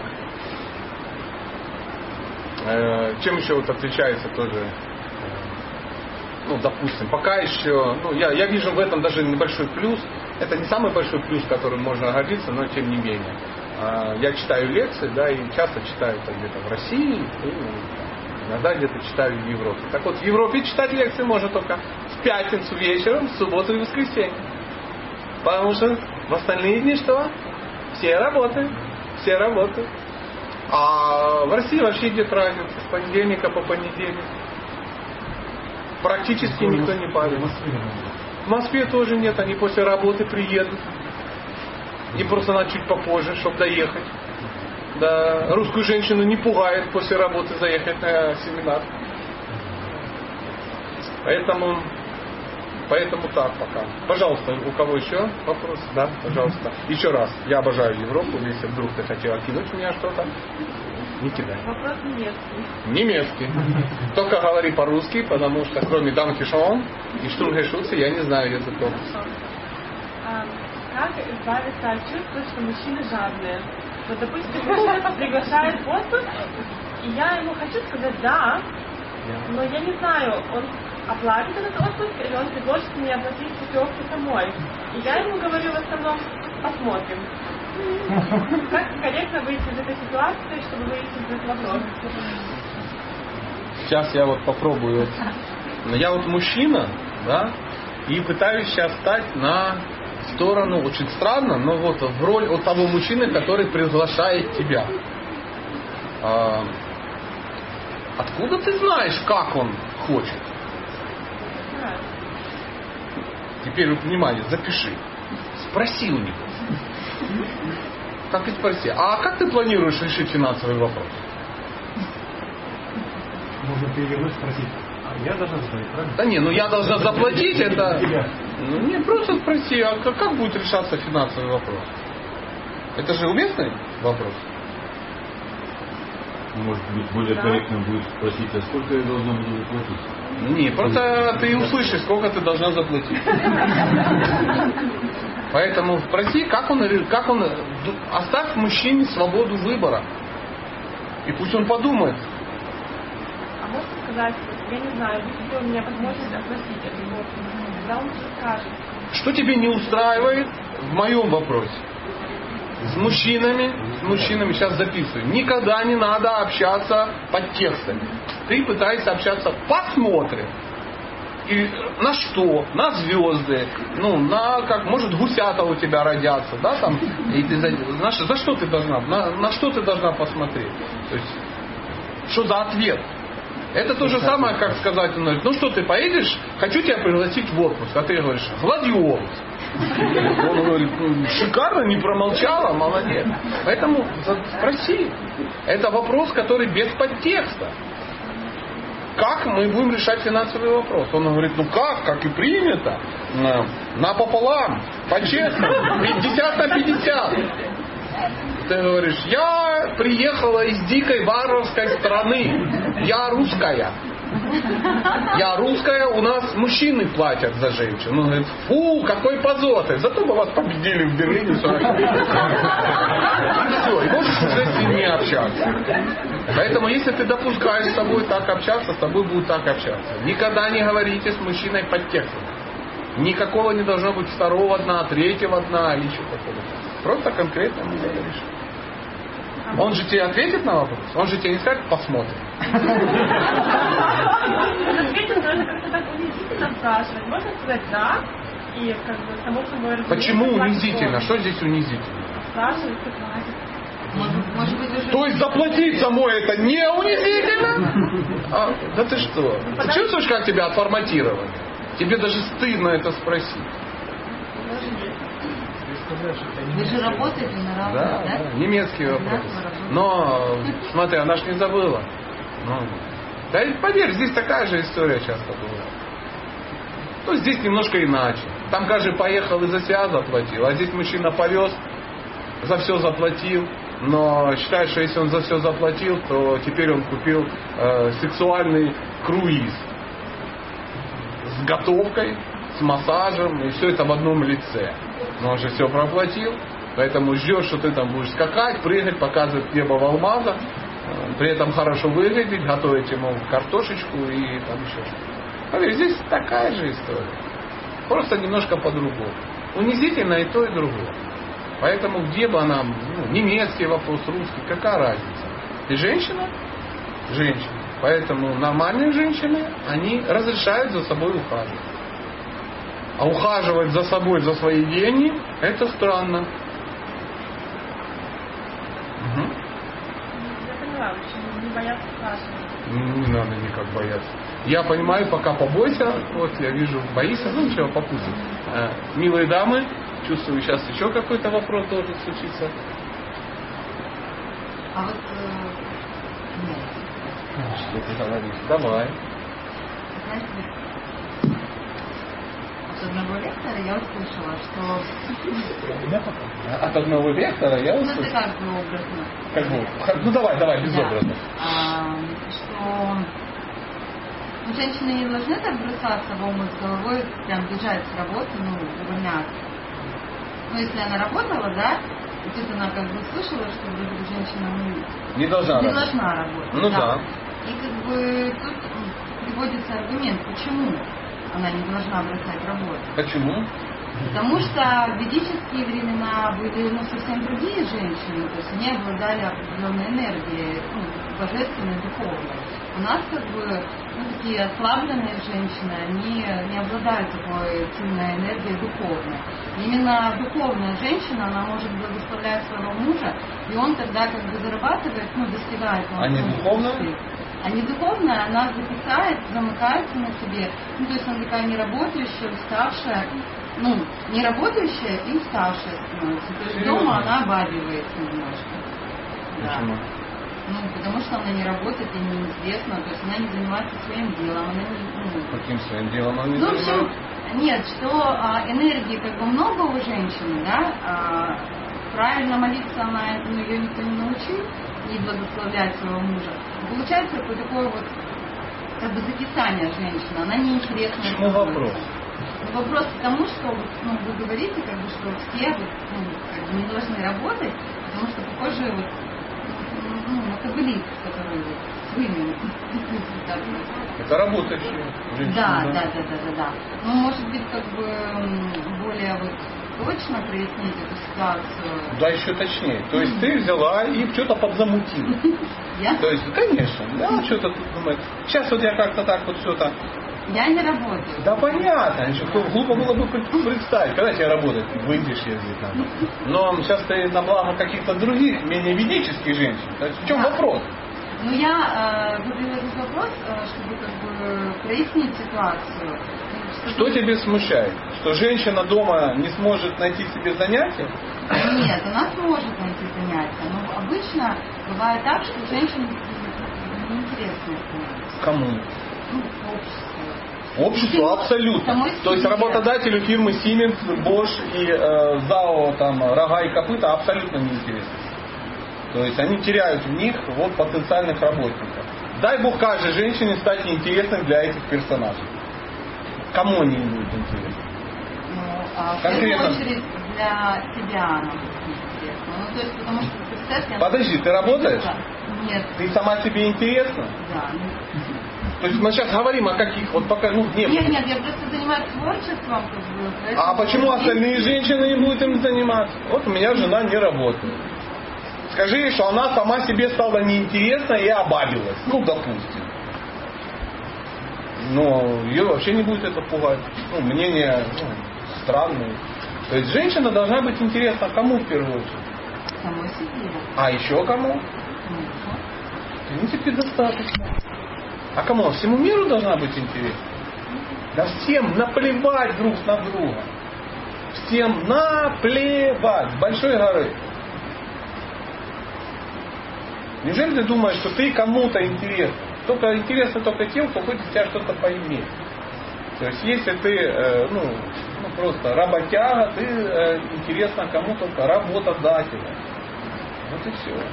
Чем еще отличается тоже ну, допустим, пока еще, ну, я вижу в этом даже небольшой плюс. Это не самый большой плюс, которым можно гордиться, но тем не менее. Я читаю лекции, да, и часто читаю это где-то в России, и иногда где-то читаю в Европе. Так вот, в Европе читать лекции можно только в пятницу вечером, в субботу и воскресенье. Потому что в остальные дни что? Все работают. А в России вообще идет разница с понедельника по понедельник. Практически никто не парит. В Москве тоже нет, они после работы приедут. И просто надо чуть попозже, чтобы доехать. Да, русскую женщину не пугает после работы заехать на семинар. Поэтому так пока. Пожалуйста, у кого еще вопрос? Да, пожалуйста. Еще раз, я обожаю Европу, если вдруг ты хотела кинуть меня что-то, не кидай. Вопрос немецкий. Немецкий. Только говори по-русски, потому что кроме Данки Шон и Штурмгешутца я не знаю языков. Как избавиться от чувства, что мужчины жадные? Вот, допустим, мужчина приглашает в отпуск, и я ему хочу сказать «да», но я не знаю, он оплатит этот отпуск, или он предложит мне оплатить путевку самой. И я ему говорю в основном «посмотрим». Как корректно выйти из этой ситуации, чтобы выяснить этот вопрос? Сейчас я вот попробую. Я вот мужчина, да, и пытаюсь сейчас стать на сторону, очень странно, но вот в роль от того мужчины, который приглашает тебя. Откуда ты знаешь, как он хочет? Теперь вот внимание, запиши. Спроси у него. Так и спроси. А как ты планируешь решить финансовый вопрос? Можно перевернуть, спросить. А я должна заплатить, правильно? Да не, ну я должна заплатить это. Ну не, просто спроси, а как будет решаться финансовый вопрос? Это же уместный вопрос? Может быть, более корректно будет спросить, а сколько я должна буду заплатить? Не, просто ты услышишь, сколько ты должна заплатить. Поэтому спроси, как он, оставь мужчине свободу выбора. И пусть он подумает. А можно сказать, я не знаю, есть ли у меня возможность оплатить этот отпуск? Когда он уже скажет. Что тебе не устраивает в моем вопросе? С мужчинами, сейчас записываю. Никогда не надо общаться под текстами. Ты пытаешься общаться посмотрим. И на что? На звезды. Ну, на как, может, гусята у тебя родятся, да, там. И ты за что ты должна? На что ты должна посмотреть? То есть, что за ответ? Это то же самое, как сказать, он говорит, ну что, ты поедешь, хочу тебя пригласить в отпуск. А ты говоришь, Гладиолус. Он говорит, шикарно, не промолчала, молодец. Поэтому спроси. Это вопрос, который без подтекста. Как мы будем решать финансовый вопрос? Он говорит, ну как и принято, напополам, по-честному, 50 на 50. Ты говоришь, я приехала из дикой варварской страны, я русская, у нас мужчины платят за женщин. Он говорит, фу, какой позор. Зато бы вас победили в Берлине 40 лет. Все, и можешь уже с ним не общаться. Поэтому, если ты допускаешь с тобой так общаться, с тобой будут так общаться. Никогда не говорите с мужчиной под текстом. Никакого не должно быть второго дна, третьего дна или еще какого-то. Просто конкретно ему говоришь. Он же тебе ответит на вопрос? Он же тебе не скажет, посмотрим. Ответить нужно как-то так унизительно спрашивать. Можно сказать «да» и как бы само собой разумеется. Почему унизительно? Что здесь унизительно? Спрашивать, кто платит. Может быть, уже... То есть заплатить самой это не унизительно? Да ты что? Ты чувствуешь, как тебя отформатировали? Тебе даже стыдно это спросить. Вы же работаете на работе, да? Да, немецкий вопрос. Но, смотри, она ж не забыла. Да и поверь, здесь такая же история часто бывает. То здесь немножко иначе. Там каждый поехал и за себя заплатил. А здесь мужчина повез, за все заплатил. Но считает, что если он за все заплатил, то теперь он купил сексуальный круиз. С готовкой, с массажем. И все это в одном лице. Но он же все проплатил. Поэтому ждешь, что ты там будешь скакать, прыгать, показывать небо в алмазах. При этом хорошо выглядеть, готовить ему картошечку и там еще что-то. Поверь, здесь такая же история. Просто немножко по-другому. Унизительно и то, и другое. Поэтому где бы она, немецкий вопрос, русский, какая разница? Ты женщина? Женщина. Поэтому нормальные женщины, они разрешают за собой ухаживать. А ухаживать за собой, за свои деньги, это странно. Угу. Я поняла, почему не бояться спрашивать. Не надо никак бояться. Я понимаю, пока побойся, вот я вижу, боишься, ничего, попустим. Милые дамы, чувствую, сейчас еще какой-то вопрос должен случиться. А вот Что ты говоришь? Давай. знаете, от одного лектора я услышала, что От одного вектора я это услышал. как бы образно. Как бы, давай, без образа. Что женщины не должны так бросаться в омут с головой, прям бежать с работы, увольняться. Если она работала, да, и тут она как бы слышала, что вроде бы женщина Не должна не работать. должна работать. Ну да. И как бы тут приводится аргумент, почему она не должна бросать работу. Почему? Потому что в ведические времена были совсем другие женщины, то есть они обладали определенной энергией, божественной, духовной. У нас как бы такие ослабленные женщины, они не обладают такой сильной энергией духовной. Именно духовная женщина, она может благословлять своего мужа, и он тогда как бы зарабатывает, достигает. А не духовная? А не духовная, она записает, замыкается на себе, то есть она такая неработающая, уставшая, не работающая и уставшая становится. То есть дома она обабивается немножко. Почему? Потому что она не работает и неизвестна, то есть она не занимается своим делом, она не... Каким своим делом она не в общем, занимается? нет, что энергии как бы много у женщины, да, правильно молиться ее никто не научил, и благословлять своего мужа. Получается такое вот как бы закисание женщины, она неинтересна. Почему вопрос? Вопрос к тому, что вы говорите, как бы, что все как бы не должны работать, потому что похоже мотоциклист, который с вымени. Это работающие женщины. Да. Может быть, как бы более точно прояснить эту ситуацию. Да, еще точнее. То есть ты взяла и что-то подзамутила. Я? То есть, конечно, да, что-то тут думает. Сейчас вот я как-то так вот что-то. Я не работаю. Да понятно, еще глупо было бы представить, когда тебе работать в Индии, ездить надо. Но сейчас ты на благо каких-то других, менее ведических женщин. То есть в чем вопрос? Я задаю этот вопрос, чтобы как бы прояснить ситуацию. Что тебя смущает? Что женщина дома не сможет найти себе занятия? Нет, она сможет найти занятия. Но обычно бывает так, что женщине неинтересно становится. Кому? Обществу. Обществу абсолютно. То есть работодателю фирмы Siemens, Bosch и ЗАО Рога и Копыта абсолютно неинтересно. То есть они теряют в них потенциальных работников. Дай Бог каждой женщине стать интересной для этих персонажей. Кому они не будут интересны? В первую очередь для себя она будет интересна. То есть потому что процесс... Подожди, ты работаешь? Нет. Ты сама себе интересна? Да. То есть мы сейчас говорим о каких, пока, Нет, я просто занимаюсь творчеством. А почему остальные женщины не будут им заниматься? Вот у меня жена не работает. Скажи ей, что она сама себе стала неинтересна и обабилась. Допустим. Но ее вообще не будет это пугать. Мнение странное. То есть женщина должна быть интересна кому в первую очередь? Самой себе. А еще кому? В принципе, достаточно. А кому? Всему миру должна быть интересна? Да всем наплевать друг на друга. Всем наплевать. С большой горы. Неужели ты думаешь, что ты кому-то интересен? Только интересно только тем, кто хочет с тебя что-то поиметь. То есть, если ты просто работяга, ты интересна кому только работодателю. Вот и все.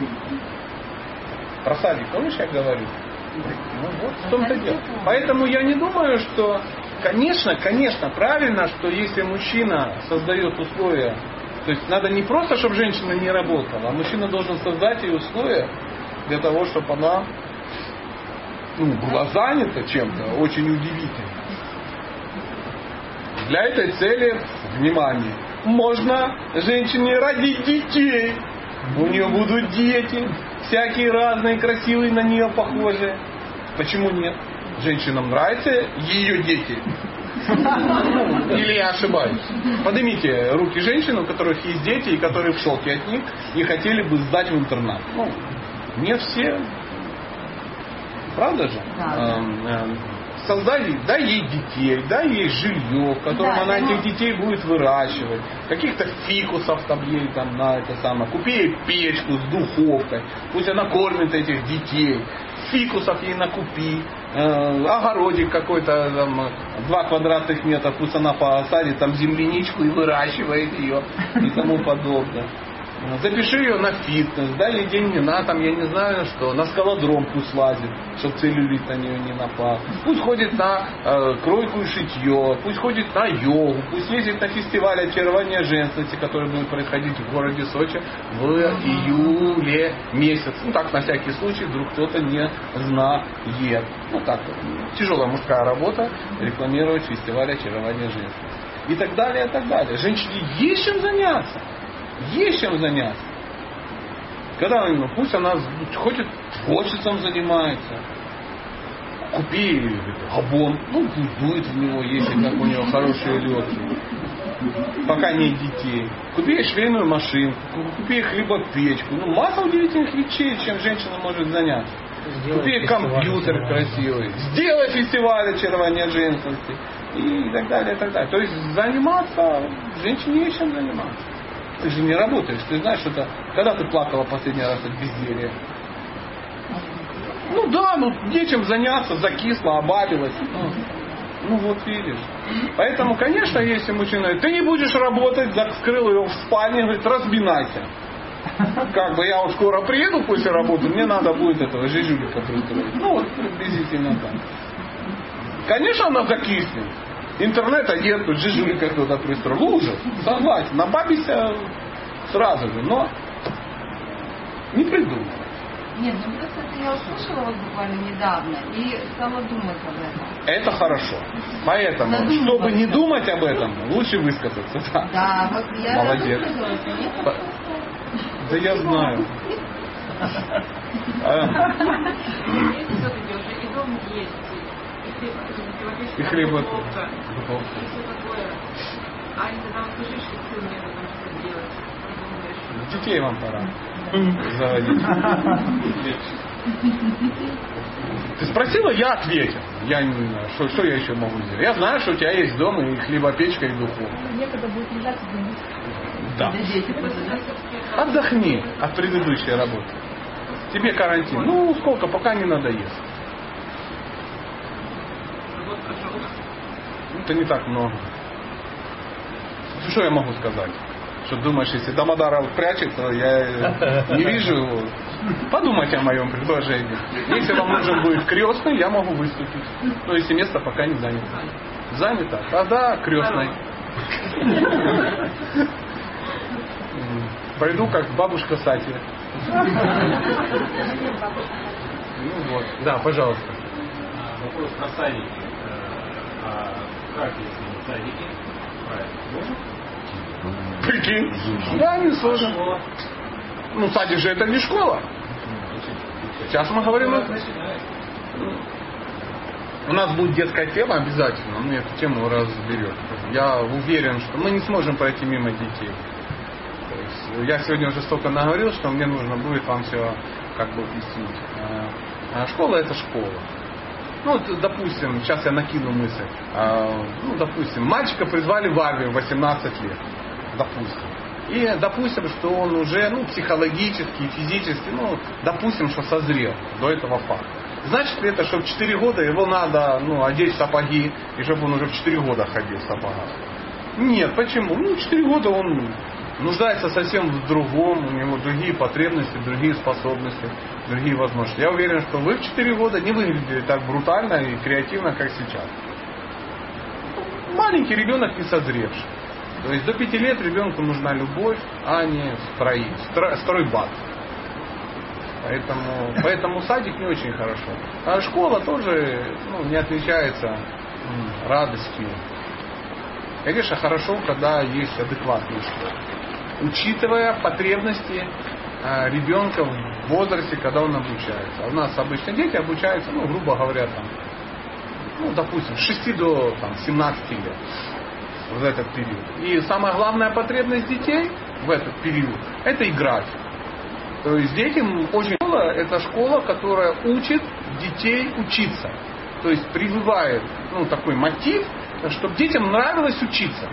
Про садик, помнишь, я говорил? В том-то дело. Поэтому я не думаю, что... Конечно, правильно, что если мужчина создает условия, то есть надо не просто, чтобы женщина не работала, а мужчина должен создать ей условия для того, чтобы она была занята чем-то очень удивительным. Для этой цели, внимание, можно женщине родить детей. У нее будут дети, всякие разные, красивые, на нее похожие. Почему нет? Женщинам нравятся ее дети. Или я ошибаюсь? Поднимите руки женщин, у которых есть дети, и которые в шоке от них, и хотели бы сдать в интернат. Не все. Правда же? Создали, дай ей детей, дай ей жилье, в котором она этих детей будет выращивать. Каких-то фикусов там ей там на это самое. Купи ей печку с духовкой. Пусть она кормит этих детей. Фикусов ей накупи. Огородик какой-то, там, 2 квадратных метра, пусть она посадит там земляничку и выращивает ее и тому подобное. Запиши ее на фитнес, дай ей деньги на там, я не знаю что, на скалодром пусть лазит, чтобы целлюлит на нее не напал. Пусть ходит на кройку и шитье, пусть ходит на йогу, пусть ездит на фестиваль очарования женственности, который будет происходить в городе Сочи в июле месяц. Так, на всякий случай, вдруг кто-то не знает. Так, тяжелая мужская работа, рекламировать фестиваль очарования женственности. И так далее, и так далее. Женщине есть чем заняться. Есть чем заняться. Когда, пусть она хоть творчеством занимается. Купи габон, пусть дует в него, если как у него хорошие легкие. Пока нет детей. Купи ей швейную машинку, купи ей хлебопечку. Масса удивительных вещей, чем женщина может заняться. Купи ей компьютер красивый. Сделай фестиваль очарования женственности. И так далее, и так далее. То есть заниматься, женщине есть чем заниматься. Ты же не работаешь, ты знаешь, что это... Когда ты плакала последний раз от безделья? Нечем заняться, закисла, обабилась. Видишь. Поэтому, конечно, если мужчина говорит, ты не будешь работать, скрыл ее в спальне, говорит, разбинайся. Я скоро приеду после работы, мне надо будет этого жижулика пристроить. Приблизительно так. Конечно, она закиснет. Интернета нет, тут жижулика кто-то пристроил. Ужас, согласен, набабися сразу же, но не придумал. Нет, просто я услышала буквально недавно и стала думать об этом. Это хорошо. Поэтому, чтобы не думать об этом, лучше высказаться. Да, я молодец. Да я знаю. И хлеба. И все такое. А они тогда скажи, что ты мне там что делать. Детей вам пора заводить. Ты спросила, я ответил. Я не знаю, что я еще могу сделать. Я знаю, что у тебя есть дом и хлебопечка, и духовка. Некогда будет лежать и думать. Да. Отдохни от предыдущей работы. Тебе карантин. Сколько, пока не надоест. Это не так много. Что я могу сказать? Что думаешь, если Дамодаров прячется, я не вижу его. Подумайте о моем предложении. Если вам нужен будет крестный, я могу выступить. Если место пока не занято. Занято? Тогда крестный. Пойду как бабушка Сати. Да, пожалуйста. Вопрос про садики. Как если садики? Прикинь? Да, не сложно. Садик же это не школа. Сейчас мы говорим у нас будет детская тема обязательно. Он эту тему разберет. Я уверен, что мы не сможем пройти мимо детей. То есть, я сегодня уже столько наговорил, что мне нужно будет вам все объяснить. Школа это школа. Допустим, сейчас я накину мысль. Допустим, мальчика призвали в армию в 18 лет. Допустим. И допустим, что он уже психологически, физически, допустим, что созрел до этого факта. Значит ли это, что в 4 года его надо одеть в сапоги, и чтобы он уже в 4 года ходил в сапогах? Нет, почему? В 4 года он нуждается совсем в другом, у него другие потребности, другие способности, другие возможности. Я уверен, что вы в 4 года не выглядели так брутально и креативно, как сейчас. Маленький ребенок не созревший. То есть до 5 лет ребенку нужна любовь, а не стройбат. Поэтому садик не очень хорошо. А школа тоже не отличается радостью. Конечно, хорошо, когда есть адекватная школа. Учитывая потребности ребенка в возрасте, когда он обучается. У нас обычно дети обучаются, грубо говоря, допустим, с 6 до 17 лет. В этот период. И самая главная потребность детей в этот период — это играть. То есть детям очень школа — это школа, которая учит детей учиться. То есть прививает такой мотив, чтобы детям нравилось учиться.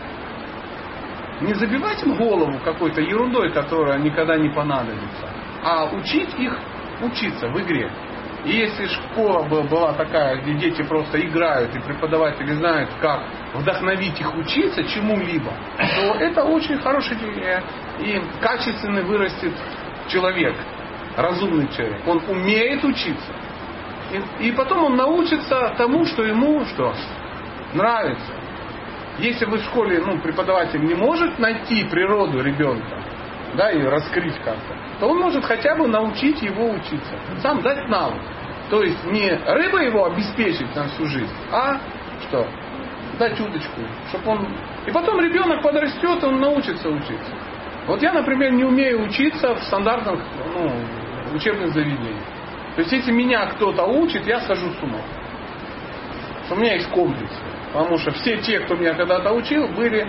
Не забивать им голову какой-то ерундой, которая никогда не понадобится, а учить их учиться в игре. И если школа была такая, где дети просто играют, и преподаватели знают, как вдохновить их учиться чему-либо, то это очень хороший и качественный вырастет человек, разумный человек. Он умеет учиться. И потом он научится тому, что ему нравится. Если в школе преподаватель не может найти природу ребенка, и раскрыть как-то, то он может хотя бы научить его учиться. Сам дать навык. То есть не рыба его обеспечить на всю жизнь, а дать удочку. Чтобы он... И потом ребенок подрастет, он научится учиться. Вот я, например, не умею учиться в стандартных учебных заведениях. То есть если меня кто-то учит, я схожу с ума. У меня есть комплекс. Потому что все те, кто меня когда-то учил, были,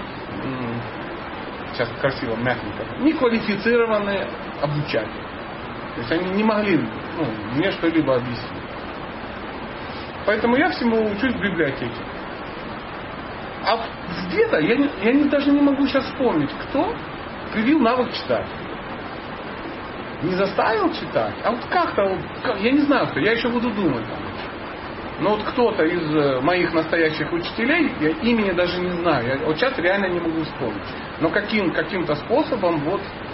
сейчас красиво, мягенько, неквалифицированные обучатели. То есть они не могли мне что-либо объяснить. Поэтому я всему учусь в библиотеке. А где-то, я даже не могу сейчас вспомнить, кто привил навык читать. Не заставил читать, а вот как-то, я не знаю кто, я еще буду думать. Но вот кто-то из моих настоящих учителей, я имени даже не знаю, я вот сейчас реально не могу вспомнить. Но каким-то способом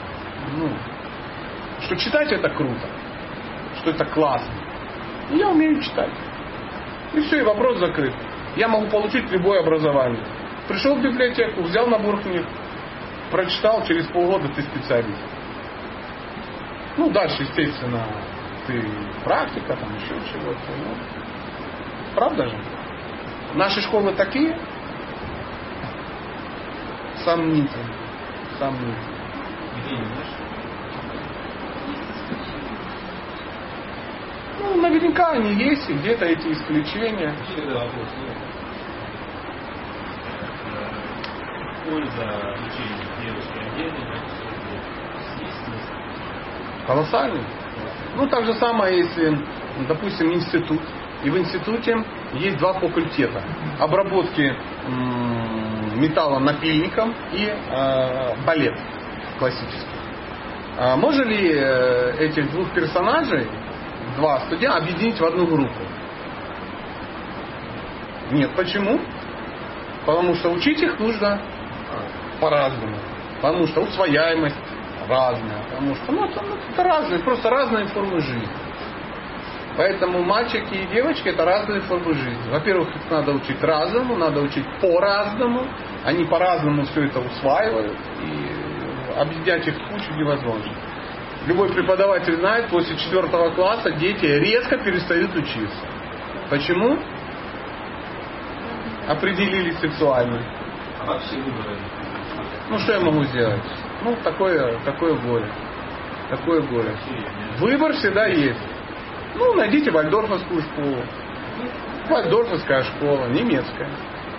что читать это круто, что это классно. И я умею читать. И все, и вопрос закрыт. Я могу получить любое образование. Пришел в библиотеку, взял набор книг, прочитал, через полгода ты специалист. Дальше, естественно, ты практика, еще чего-то. Правда же? Наши школы такие сомнительные. Где не знаешь? Наверняка они есть, и где-то эти исключения. Польза учения девушки отдельно, Колоссальный. Так же самое, если, допустим, институт. И в институте есть два факультета. Обработки металла напильником и балет классический. Можно ли этих двух персонажей, два студента, объединить в одну группу? Нет. Почему? Потому что учить их нужно по-разному. Потому что усвояемость разная. Потому что это разные, просто разные формы жизни. Поэтому мальчики и девочки — это разные формы жизни. Во-первых, их надо учить разному, надо учить по-разному. Они по-разному все это усваивают. И объединять их в кучу невозможно. Любой преподаватель знает, после 4 класса дети резко перестают учиться. Почему? Определились сексуально. А вообще выборы? Что я могу сделать? Такое горе. Такое горе. Выбор всегда есть. Найдите вальдорфовскую школу. Вальдорфовская школа, немецкая.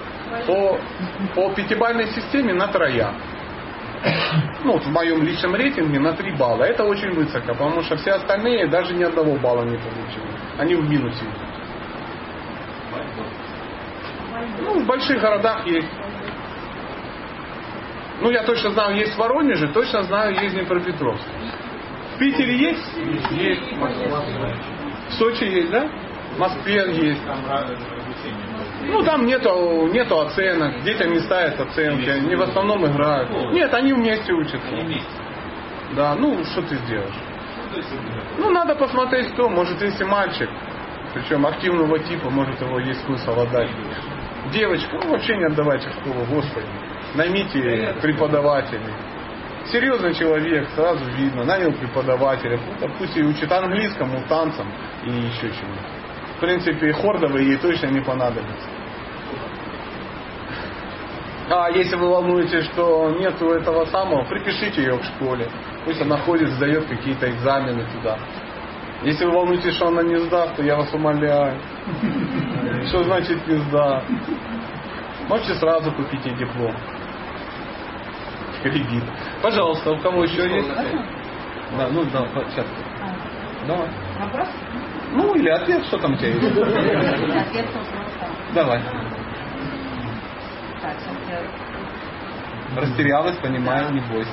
По пятибалльной системе на трояк. В моем личном рейтинге на 3 балла. Это очень высоко, потому что все остальные даже ни 1 балла не получили. Они в минусе. В больших городах есть. Я точно знаю, есть в Воронеже, точно знаю, есть в Днепропетровске. В Питере есть? Есть. В Сочи есть, да? В Москве есть. Там нету оценок, детям не ставят оценки, они в основном играют. Нет, они вместе учатся. Да, что ты сделаешь? Надо посмотреть, кто. Может, если мальчик, причем активного типа, может, его есть смысл отдать. Девочка, вообще не отдавайте в школу, Господи. Наймите преподавателей. серьезный человек, сразу видно, нанял преподавателя, пусть и учит английскому, танцам и еще чему-то. В принципе, хордовой ей точно не понадобится. А если вы волнуетесь, что нету этого самого, припишите ее к школе. Пусть она ходит, сдает какие-то экзамены туда. Если вы волнуетесь, что она не сдаст, то я вас умоляю. Что значит не сдаст? Можете сразу купить ей диплом. Кредит. Пожалуйста, у кого еще есть? Да, ну да, сейчас. Давай. Вопрос? Ну или ответ, что там у тебя есть? Ответ Давай. Так, сейчас я... Растерялась, понимаю, не бойся.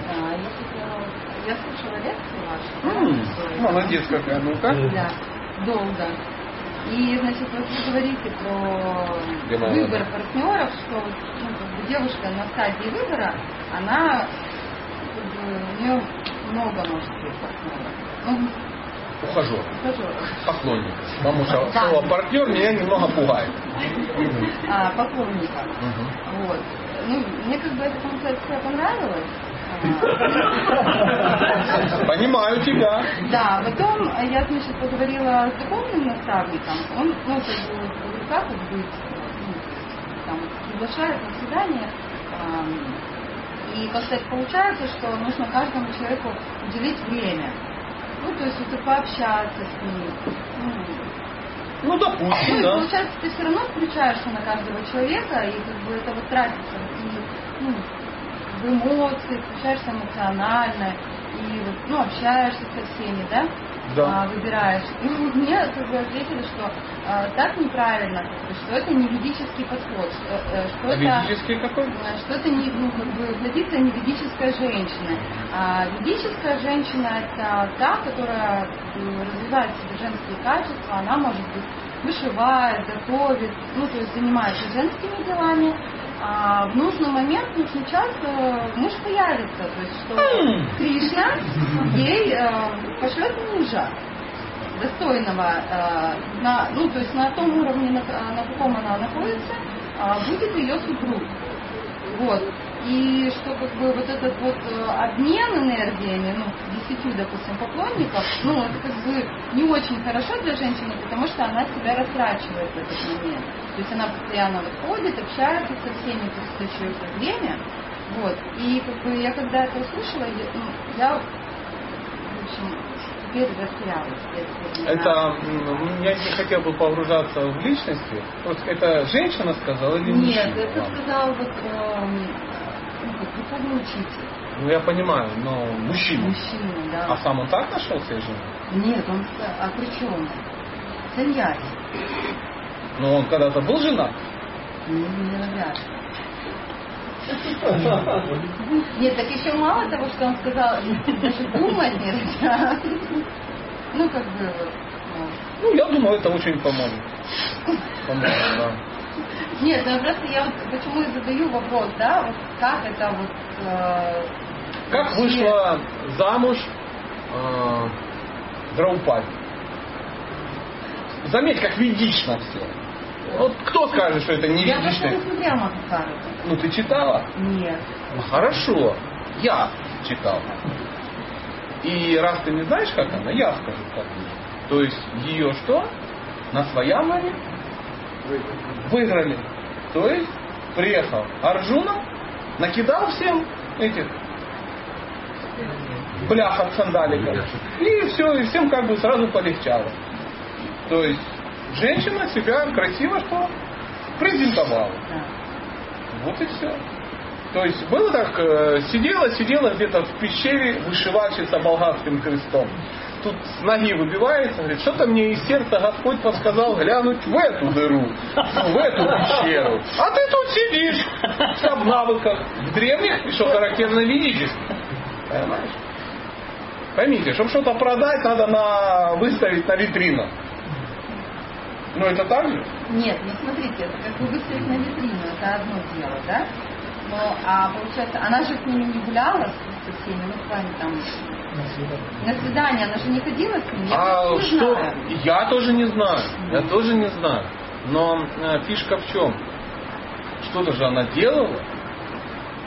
Я слушала лекцию вашу. Молодец какая, ну-ка. Да, долго. И, значит, вот вы говорите про выбор партнеров, что вот, ну, как бы девушка на стадии выбора, она, как бы, у нее много может быть партнеров. Ухажер. Ухажеров. Поклонник. Потому что слово партнер меня немного пугает. Поклонников. Вот. Ну, мне как бы эта концепция понравилась. Понимаю тебя. Да, потом я, значит, поговорила с духовным наставником. Он, ну, как бы, как вот быть, ну, там, приглашает на свидание. И как-то получается, что нужно каждому человеку уделить время. Ну, то есть вот пообщаться с ним. Ну, допустим, ну, да. И получается, ты все равно включаешься на каждого человека, и как бы это вот тратится. И, ну, в эмоции, включаешься эмоционально, и вот, ну, общаешься со всеми, да? Да. Выбираешь. И мне как бы ответили, что так неправильно, что это не ведический подход, что это ведический какой? Что это не, ну, как бы годится не ведическая женщина. А ведическая женщина это та, которая развивает в себе женские качества, она может быть вышивает, готовит, ну, то есть занимается женскими делами. А в нужный момент, в нужный час муж появится. То есть, что Кришна ей пошлет мужа достойного, ну, то есть на том уровне, на каком она находится, будет ее супруг. Вот. И что как бы вот этот вот обмен энергиями, ну, 10, допустим, поклонников, ну, это как бы не очень хорошо для женщины, потому что она себя растрачивает в этот момент. То есть она постоянно вот ходит, общается со всеми, то есть еще это время. Вот. И как бы я когда это услышала, я в общем, теперь растерялась. Это, я не хотел бы погружаться в личности. Просто это женщина сказала или мужчина? Нет, это сказал вот духовный учитель. Ну я понимаю, но мужчина. Мужчина, да. А сам он так нашел себе жену? Нет, он, а при чем? Саньяси. Но он когда-то был женат? Не навряд. Нет, так еще мало того, что он сказал, даже думать нельзя. Ну, как бы вот. Ну, я думаю, это очень поможет. Поможет, да. Нет, ну просто я вот почему и задаю вопрос, да, вот как это вот... Как вышла замуж Драупади? Заметь, как ведично все. Вот кто скажет, что это не Я ведично? просто не смотрела Махабхарату. Ну, ты читала? Нет. Ну, хорошо. Я читал. И раз ты не знаешь, как она, я скажу, как вышло. То есть ее что? На Своямваре выиграли. То есть приехал Арджуна, накидал всем этих бляхов, сандаликов. И все, и всем как бы сразу полегчало. То есть женщина себя красиво что? Презентовала. Вот и все. То есть было так, сидела где-то в пещере вышивальщица болгарским крестом. Тут с ноги выбивается, говорит, что-то мне из сердца Господь подсказал глянуть в эту дыру, в эту пещеру. А ты тут сидишь, вся в навыках, в древних, и что характерно ведических. Понимаешь? Поймите, чтобы что-то продать, надо выставить на витрину. Ну это так же? Нет, ну смотрите, это как бы выставить на витрину, это одно дело, да? Но, а получается, она же с ними не гуляла со всеми, ну с вами там на свидание, она же не ходила с ними, я не что? знаю. Я тоже не знаю, я тоже не знаю. Но фишка в чем? Что-то же она делала.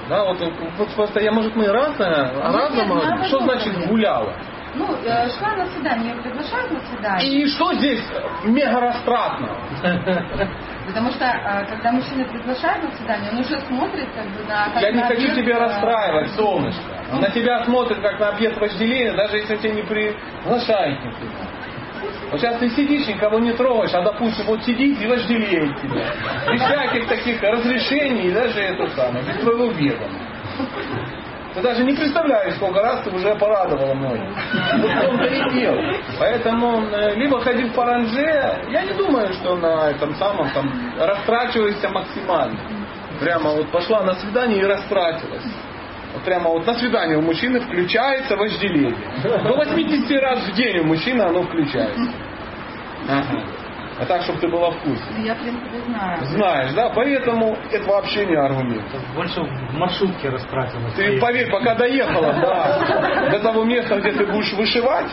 Да, вот просто может мы разные, разом, что значит гуляла? Ну, шла на свидание, ее приглашают на свидание. И что здесь мега растратно? Потому что, когда мужчина приглашает на свидание, он уже смотрит как бы на... Я не хочу тебя расстраивать, солнышко. Он на тебя смотрит, как на объект вожделения, даже если тебя не приглашает никуда. Вот сейчас ты сидишь, никого не трогаешь, а допустим, вот сидит и вожделеет тебя. Без всяких таких разрешений, даже это самое, без твоего ведома. Ты даже не представляешь, сколько раз ты уже порадовала многих. Вот в том-то и дело. Поэтому либо ходи в паранже, я не думаю, что на этом самом там растрачивайся максимально. Прямо вот пошла на свидание и растратилась. Вот прямо вот на свидание у мужчины включается вожделение. До 80 раз в день у мужчины оно включается. Ага. А так, чтобы ты была в курсе. Я, в принципе, знаю. Знаешь, да? Поэтому это вообще не аргумент. Больше в маршрутке растратилась. Ты поверь, пока доехала до того места, где ты будешь вышивать,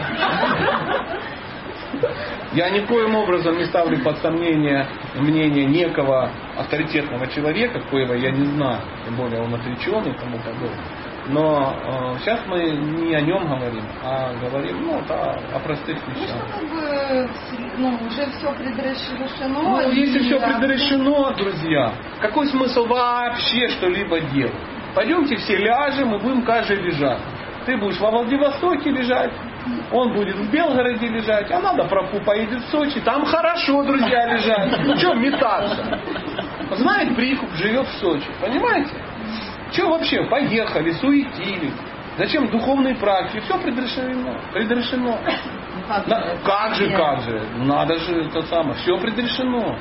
я никоим образом не ставлю под сомнение мнение некого авторитетного человека, коего я не знаю, тем более он отречен и тому подобное. Но сейчас мы не о нем говорим, а говорим о простых вещах. Уже все предрешено. Ну, если все предрешено, друзья, какой смысл вообще что-либо делать? Пойдемте все ляжем и будем каждый лежать. Ты будешь во Владивостоке лежать, он будет в Белгороде лежать, а надо поедет в Сочи, там хорошо, друзья, лежать. Ну что метаться? Знает прикуп, живет в Сочи, понимаете? Что вообще, поехали, суетились. Зачем духовные практики? Все предрешено. Предрешено. Как же. Надо же это самое. Все предрешено.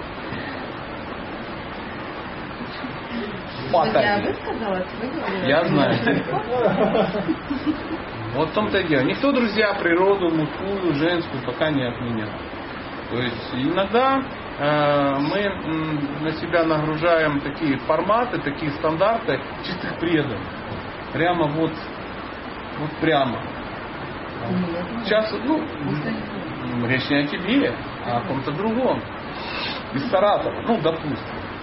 Я высказалась, вы говорили. Я знаю. Вот в том-то и дело. Никто, друзья, природу мужскую, женскую пока не отменял. То есть иногда мы на себя нагружаем такие форматы, такие стандарты чистых преданных. Прямо вот прямо. Сейчас, речь не о тебе, а о ком-то другом. Из Саратова, допустим.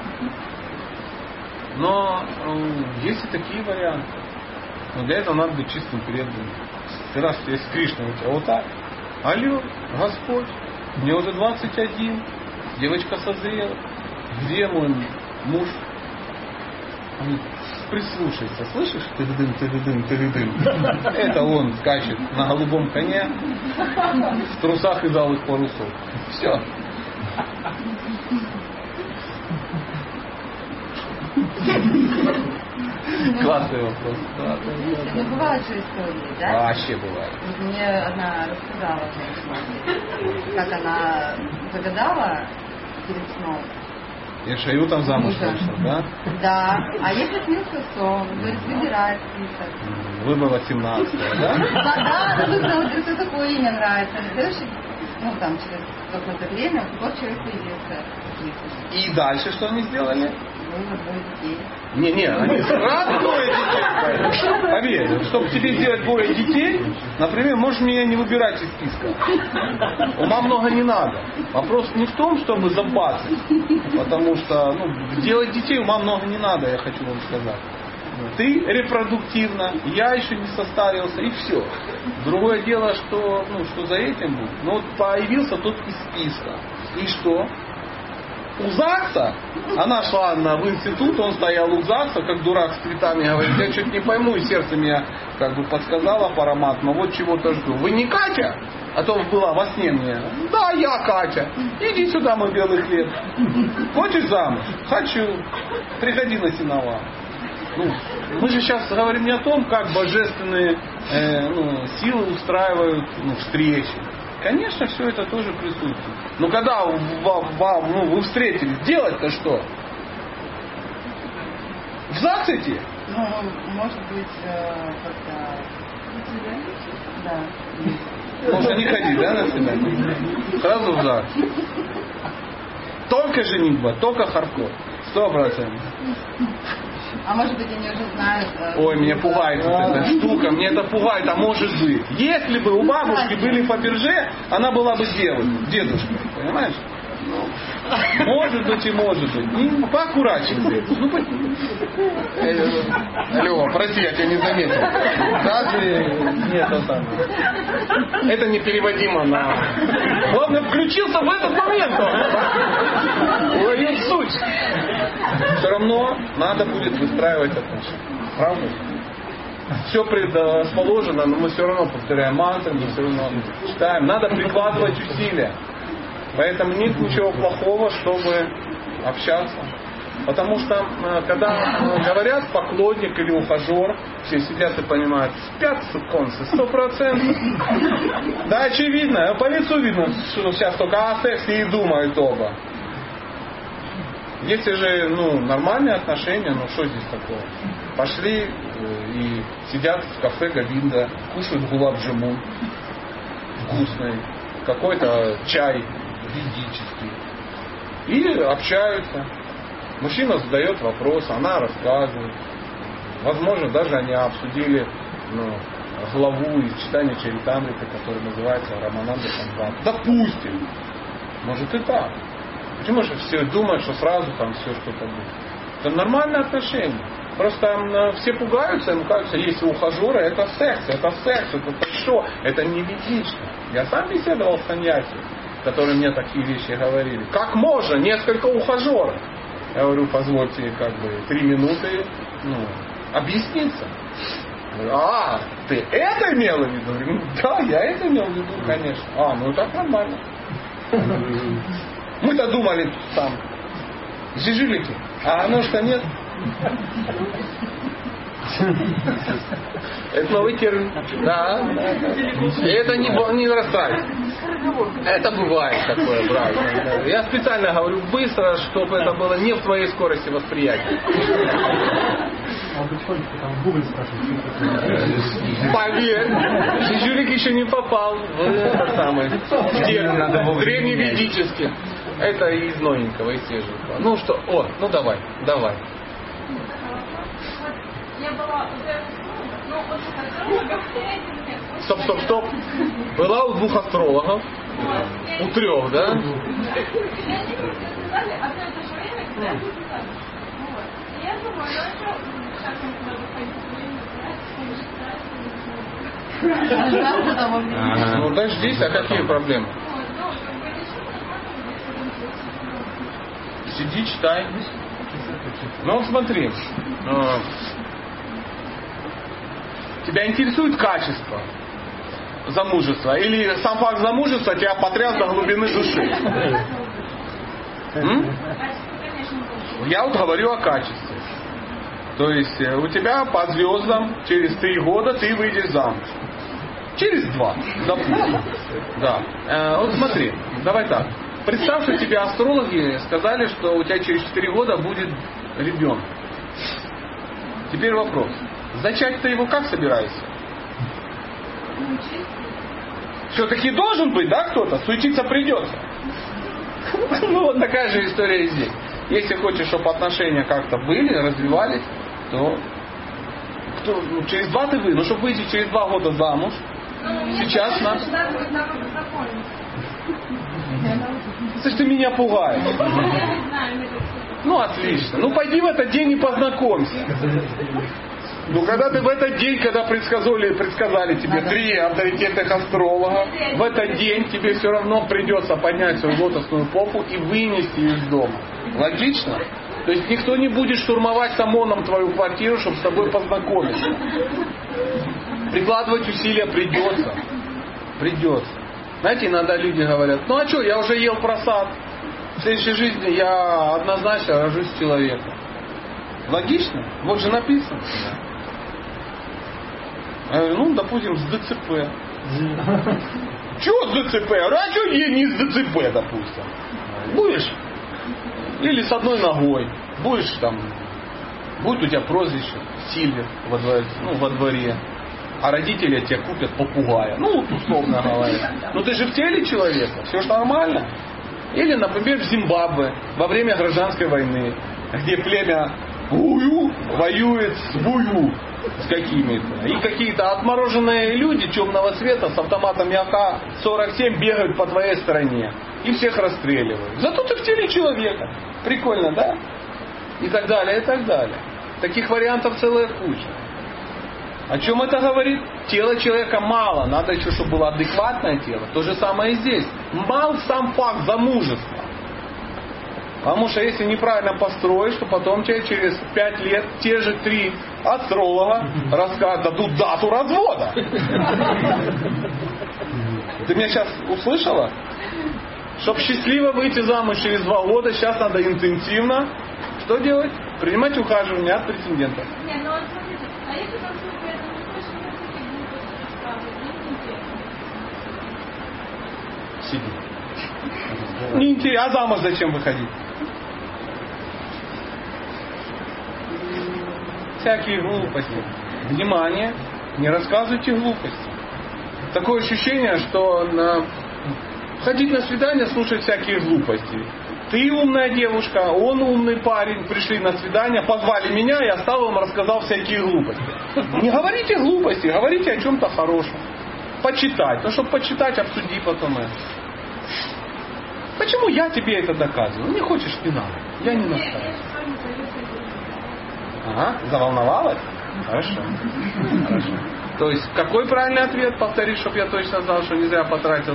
Но есть и такие варианты. Но для этого надо быть чистым преданным. Ты раз есть Кришна у тебя вот так. Алло, Господь, мне уже 21, девочка созрела. Где мой муж? Он говорит, прислушайся, слышишь? Ты-ды-дым. Это он скачет на голубом коне в трусах из алых парусов. Все. Классный вопрос. Ну, бывают же истории, да? Вообще бывает. Вот мне одна рассказала, как она загадала перед сном. Я шаю там замуж вышла, да? Да. А если снился сон, говорит, выбирай список. Выбрала 17, да? Да, она выбрала, говорит, что такое ей не нравится. Следующий, через какое-то время, вот человек появился. И дальше что они сделали? Двое детей. Не, они сразу двое детей. Поверь, чтобы тебе сделать двое детей, например, можешь меня не выбирать из списка. Ума много не надо. Вопрос не в том, чтобы забацать. Потому что делать детей ума много не надо, я хочу вам сказать. Ты репродуктивно, я еще не состарился, и все. Другое дело, что за этим будет. Появился тот из списка. И что? У ЗАГСа, она шла в институт, он стоял у ЗАГСа, как дурак с цветами, говорит, я что-то не пойму, и сердце меня подсказало параматно, вот чего-то жду. Вы не Катя? А то была во сне мне. Да, я Катя. Иди сюда, мой белый хлеб. Хочешь замуж? Хочу. Приходи на сеновал. Мы же сейчас говорим не о том, как божественные силы устраивают встречи. Конечно, все это тоже присутствует. Но когда вы встретились, делать-то что? В ЗАГС идти? Может быть, как-то... Да. Можно не ходить, да, на свидание? Сразу в ЗАГС. Только женитьба, только хардкор. 100%. А может быть, они уже знают... Ой, меня пугает вот эта штука, мне это пугает, а может быть. Если бы у бабушки были Фаберже, она была бы дедушкой, понимаешь? Может быть и может быть. Не, поаккуратнее. Лёва, прости, я тебя не заметил. Даже нет, это непереводимо на... Главное, включился в этот момент. Уловил суть. Все равно надо будет выстраивать отношения. Правда? Все предрасположено, но мы все равно повторяем мантры, мы все равно читаем. Надо прикладывать усилия. Поэтому нет ничего плохого, чтобы общаться. Потому что, когда говорят поклонник или ухажер, все сидят и понимают, спят суконцы, 100%. Да, очевидно, по лицу видно, что сейчас только о сексе и думают оба. Если же нормальные отношения, что здесь такого? Пошли и сидят в кафе Говинда, кушают гулаб-джамун вкусный, какой-то чай ведический. И общаются. Мужчина задает вопрос, она рассказывает. Возможно, даже они обсудили главу из читания Чаритамриты, которая называется Рамананда Самбхава. Допустим. Может и так. Почему же все думают, что сразу там все что-то будет? Это нормальные отношения. Просто все пугаются, им кажется, если ухажеры, это секс, это что? Это не ведично. Я сам беседовал с саньяси, которые мне такие вещи говорили. Как можно? Несколько ухажеров. Я говорю, позвольте 3 минуты объясниться. А, ты это имела в виду? Говорю, да, я это имел в виду, конечно. Так нормально. Мы-то думали там жижилики, а оно что нет. Это новый термин. Да. И это не расставить. Это бывает такое, брат. Я специально говорю быстро, чтобы это было не в твоей скорости восприятия. А потихоньку там в Google спрашивают. Поверь, жижулик еще не попал в самый термин древневедический. Это из новенького, из свеженького. Ну что, давай. Я была Стоп. Была у 2 астрологов. У 3, да? Я не сказали, а в это же время, когда я записали. И я думаю, сейчас мы туда выходим. Дождись, а какие проблемы? Сиди, читай. Смотри. Тебя интересует качество замужества? Или сам факт замужества тебя потряс до глубины души? Я говорю о качестве. То есть у тебя по звездам через 3 года ты выйдешь замуж. Через 2, допустим. Да. Смотри, давай так. Представь, что тебе астрологи сказали, что у тебя через 4 года будет ребенок. Теперь вопрос. Зачать ты его как собираешься? Все-таки должен быть, да, кто-то? Суетиться придется. Такая же история и здесь. Если хочешь, чтобы отношения как-то были, развивались, то через 2 ты выйдешь. Чтобы выйти через 2 года замуж, сейчас надо... Слушай, ты меня пугаешь. Отлично. Пойди в этот день и познакомься. Когда ты в этот день, когда предсказали тебе 3 авторитетных астролога, в этот день тебе все равно придется поднять свою лотосную попу и вынести из дома. Логично? То есть никто не будет штурмовать с ОМОНом твою квартиру, чтобы с тобой познакомиться. Прикладывать усилия придется. Знаете, иногда люди говорят, а что, я уже ел просад. В следующей жизни я однозначно рожусь с человеком. Логично? Вот же написано. Я говорю, допустим, с ДЦП. Чего с ДЦП? А что не с ДЦП, допустим? Будешь? Или с одной ногой. Будешь там, будет у тебя прозвище Сильвер во дворе. А родители тебе купят попугая. Условно говоря. Ты же в теле человека. Все же нормально. Или, например, в Зимбабве во время гражданской войны, где племя Вую воюет с Вую. С какими-то. И какие-то отмороженные люди темного цвета с автоматами АК-47 бегают по твоей стороне. И всех расстреливают. Зато ты в теле человека. Прикольно, да? И так далее, и так далее. Таких вариантов целая куча. О чем это говорит? Тело человека мало. Надо еще, чтобы было адекватное тело. То же самое и здесь. Мал сам факт замужества. Потому что если неправильно построишь, то потом тебе через 5 лет те же 3 астролога дадут дату развода. Ты меня сейчас услышала? Чтобы счастливо выйти замуж через 2 года, сейчас надо интенсивно. Что делать? Принимать ухаживание от претендента. Не, ну вот смотрите, а если там при этом не слышно никаких глупостей рассказывать, не интересно? Сиди. Не интересно. А замуж зачем выходить? Всякие глупости. Внимание, не рассказывайте глупости. Такое ощущение, что ходить на свидание, слушать всякие глупости. Ты умная девушка, он умный парень, пришли на свидание, позвали меня, я стал вам рассказал всякие глупости. Не говорите глупости, говорите о чем-то хорошем. Почитать. Ну, чтобы почитать, обсуди потом это. Почему я тебе это доказываю? Не хочешь, не надо. Я не настаиваю. Ага, заволновалась? Хорошо. Хорошо. То есть, какой правильный ответ? Повтори, чтобы я точно знал, что не зря потратил.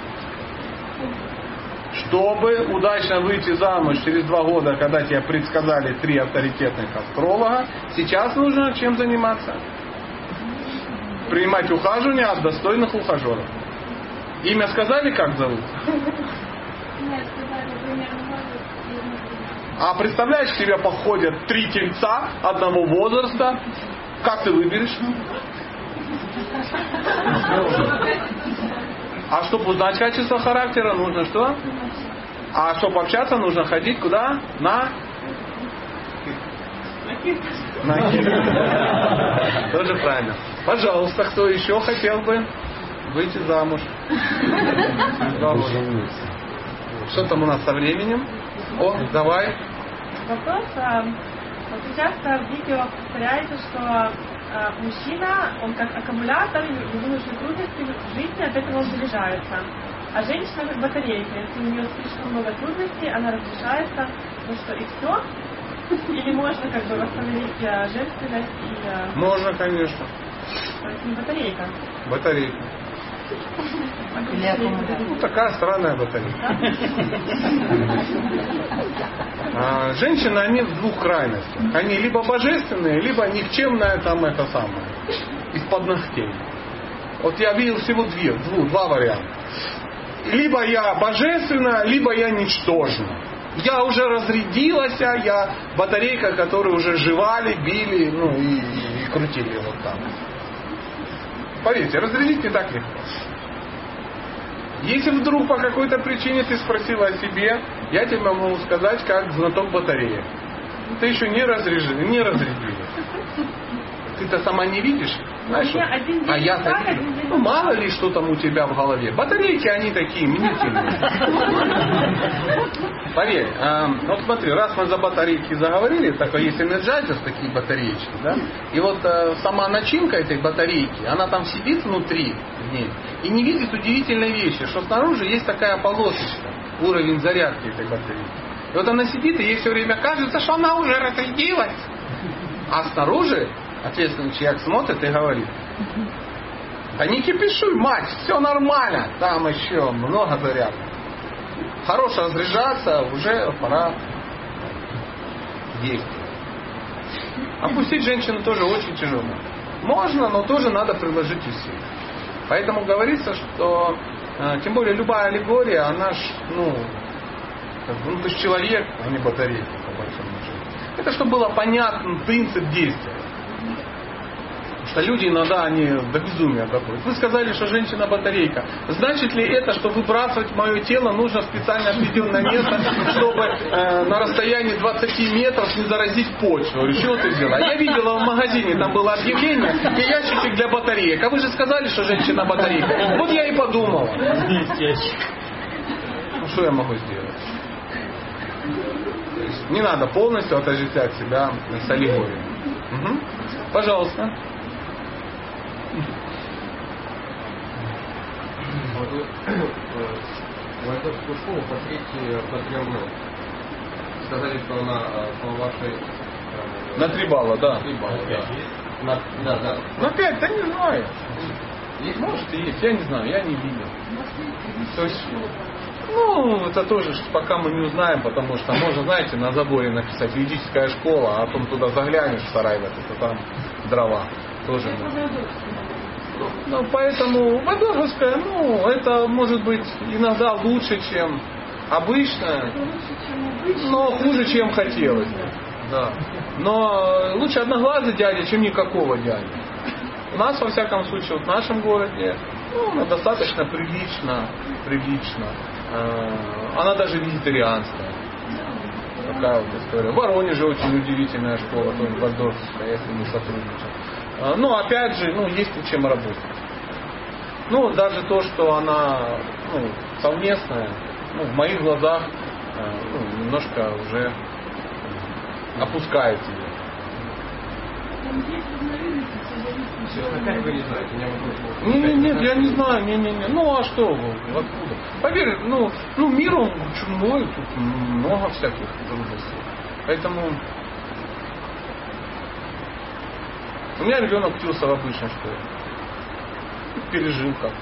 Чтобы удачно выйти замуж через 2 года, когда тебе предсказали 3 авторитетных астролога, сейчас нужно чем заниматься? Принимать ухаживание от достойных ухажеров. Имя сказали, как зовут? Нет, сказали, примерно А представляешь, к тебе подходят 3 тельца одного возраста. Как ты выберешь? А чтобы узнать качество характера, нужно что? А чтобы общаться, нужно ходить куда? На Тоже правильно. Пожалуйста, кто еще хотел бы выйти замуж? Что там у нас со временем? О, давай. Вопрос. Вот вы часто в видео повторяете, что мужчина, он как аккумулятор, ему нужны трудности в жизни, от этого он заряжается. А женщина как батарейка. Если у нее слишком много трудностей, она разряжается, ну что, и все? Или можно как бы восстановить женственность и... Можно, конечно. То есть не батарейка. Батарейка. Ну, такая странная батарейка. Женщины, они в 2 крайностях. Они либо божественные, либо никчемная там это самое. Из-под ногтей. Вот я видел всего 2 варианта. Либо я божественная, либо я ничтожна. Я уже разрядилась, я батарейка, которую уже жевали, били, ну и крутили вот там. Поверьте, разрядить не так легко. Если вдруг по какой-то причине ты спросила о себе, я тебе могу сказать, как знаток батареи. Ты еще не разрядилась. Ты-то сама не видишь? Знаешь, а я-то вижу. Ну, мало ли, что там у тебя в голове. Батарейки, они такие мнительные. Поверь, вот смотри, раз мы за батарейки заговорили, такой есть энерджайзер, такие батареечки, да? И вот сама начинка этой батарейки, она там сидит внутри в ней и не видит удивительной вещи, что снаружи есть такая полосочка, уровень зарядки этой батарейки. И вот она сидит, и ей все время кажется, что она уже разрядилась. А снаружи ответственный человек смотрит и говорит: да не кипишуй, мать, все нормально, там еще много зарядки. Хорош разряжаться, уже пора действовать. Опустить женщину тоже очень тяжело. Можно, но тоже надо приложить усилия. Поэтому говорится, что тем более любая аллегория, она ж, ты же человек, а не батарейка, по большому счету. Это чтобы было понятен принцип действия. Что люди иногда они до безумия доходят. Вы сказали, что женщина батарейка. Значит ли это, что выбрасывать мое тело нужно в специально отведенное место, чтобы на расстоянии 20 метров не заразить почву? Говорю, чего ты взяла? Я видела в магазине, там было объявление, и ящичек для батареек. А вы же сказали, что женщина батарейка. Вот я и подумала. Ну что я могу сделать? То есть, не надо полностью отождествлять себя с аллегорией. Угу. Пожалуйста. Московскую школу по третьей Патриарнал. Сказали, что она по вашей... На 3 балла, да. 3 балла, да. Да. На 5, да не знаю. Может и есть, я не знаю, я не видел. То есть, это тоже пока мы не узнаем, потому что можно, знаете, на заборе написать юридическая школа, а потом туда заглянешь в сарай, это там дрова. Тоже можно. Поэтому Владимировская, это может быть иногда лучше, чем обычно, но хуже, чем хотелось бы. Да. Но лучше одноглазый дядя, чем никакого дяди. У нас, во всяком случае, в нашем городе, достаточно прилично. Она даже вегетарианская. Такая вот история. В Воронеже очень удивительная школа, тоже Вальдорфская, я с ними сотрудничал. Опять же, есть над чем работать. Даже то, что она совместная, в моих глазах немножко уже опускает ее. Как вы не знаете? У меня вопрос. Нет, я не знаю. А что вы? Откуда? Поверь, мир он чумной, тут много всяких трудностей. Поэтому у меня ребенок учился в обычной школе. Пережил как-то.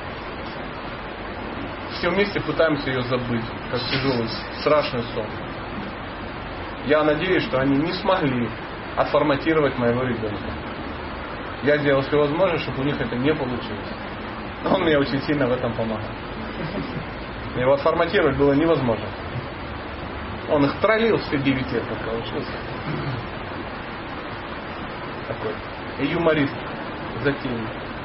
Все вместе пытаемся ее забыть, как тяжелый, страшный сон. Я надеюсь, что они не смогли отформатировать моего ребенка. Я делал все возможное, чтобы у них это не получилось. Но он мне очень сильно в этом помогал. Его отформатировать было невозможно. Он их троллил все 9 лет, пока учился. Такой юморист затейник.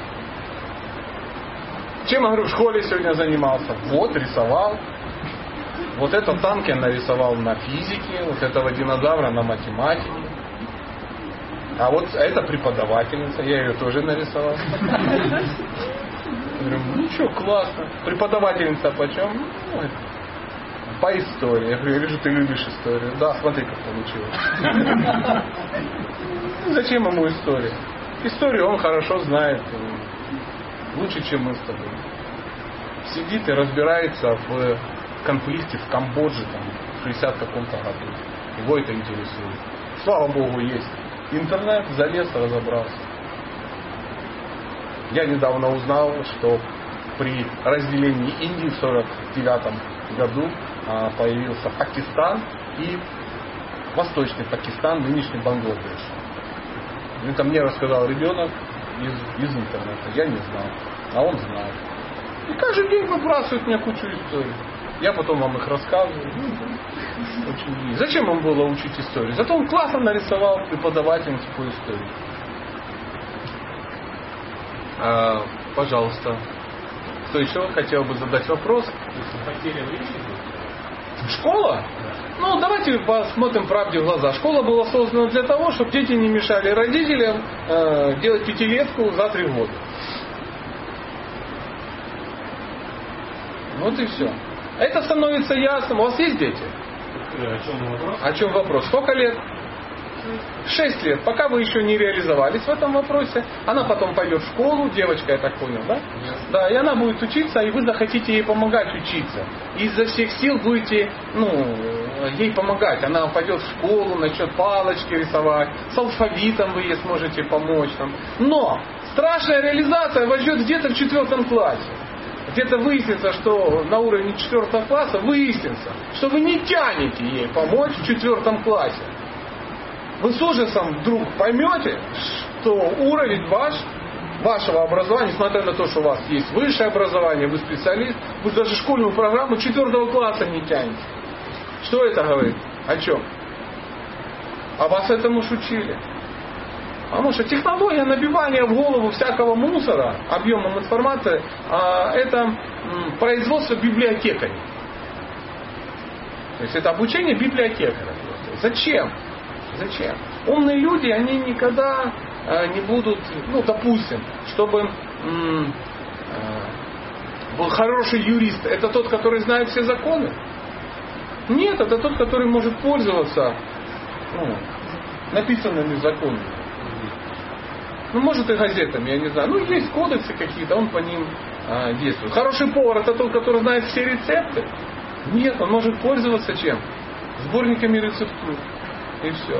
Чем, я говорю, в школе сегодня занимался? Рисовал. Вот этот танк я нарисовал на физике, вот этого динозавра на математике. А вот это преподавательница, я ее тоже нарисовал. Я говорю, классно. Преподавательница почем? По истории. Я говорю, я вижу, ты любишь историю. Да, смотри, как получилось. Зачем ему история? Историю он хорошо знает. Лучше, чем мы с тобой. Сидит и разбирается в конфликте в Камбодже в 60 каком-то году. Его это интересует. Слава Богу, есть интернет, залез, разобрался. Я недавно узнал, что при разделении Индии в 1949 году появился Пакистан и Восточный Пакистан, нынешний Бангладеш. Это мне рассказал ребенок из интернета. Я не знал, а он знает. И каждый день выбрасывает мне кучу историй. Я потом вам их рассказываю. Очень... Зачем им было учить историю? Зато он классно нарисовал преподавательницу по истории. Пожалуйста. Кто еще хотел бы задать вопрос? Школа? Давайте посмотрим правде в глаза. Школа была создана для того, чтобы дети не мешали родителям делать 5-летку за 3 года. Вот и все. Это становится ясным. У вас есть дети? О чем вопрос? Сколько лет? 6 лет. Пока вы еще не реализовались в этом вопросе. Она потом пойдет в школу, девочка, я так понял, да? Да, и она будет учиться, и вы захотите ей помогать учиться. И изо всех сил будете, ей помогать. Она пойдет в школу, начнет палочки рисовать, с алфавитом вы ей сможете помочь. Но страшная реализация вас ждет где-то в 4 классе. Где-то выяснится, что на уровне 4 класса выяснится, что вы не тянете ей помочь в 4 классе. Вы с ужасом вдруг поймете, что уровень вашего образования, несмотря на то, что у вас есть высшее образование, вы специалист, вы даже школьную программу 4 класса не тянете. Что это говорит? О чем? А вас этому ж учили. Потому что технология набивания в голову всякого мусора объемом информации, это производство библиотекарей. То есть это обучение библиотекаря. Зачем? Умные люди, они никогда не будут, допустим, чтобы был хороший юрист, это тот, который знает все законы? Нет, это тот, который может пользоваться написанными законами. Ну, может, и газетами, я не знаю. Ну, есть кодексы какие-то, он по ним действует. Хороший повар — это тот, который знает все рецепты? Нет, он может пользоваться чем? Сборниками рецептур. И все.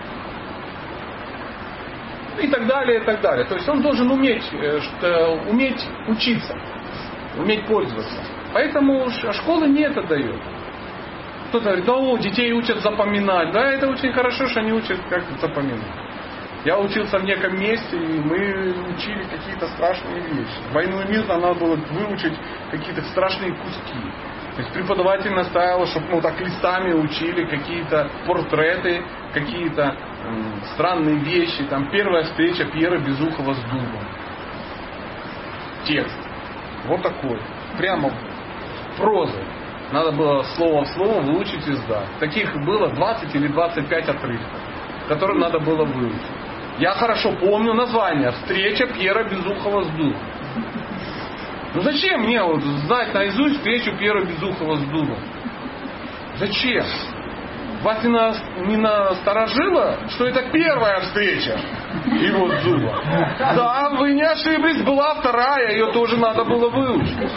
И так далее, и так далее. То есть он должен уметь учиться, уметь пользоваться. Поэтому школа не это дает. Кто-то говорит, да, детей учат запоминать. Да, это очень хорошо, что они учат как запоминать. Я учился в неком месте, и мы учили какие-то страшные вещи. «Войну и мир» нам надо было выучить какие-то страшные куски. То есть преподаватель настаивал, чтобы так листами учили какие-то портреты, какие-то странные вещи. Там первая встреча Пьера Безухова с дубом. Текст. Вот такой. Прямо прозой. Надо было слово в слово выучить и сдать. Таких было 20 или 25 отрывков, которые надо было выучить. Я хорошо помню название. «Встреча Пьера Безухова с дубом». Ну зачем мне знать наизусть встречу Пьера Безухова с дубом? Зачем? Вас не насторожило, что это первая встреча его с дубом? Да, вы не ошиблись, была вторая, ее тоже надо было выучить.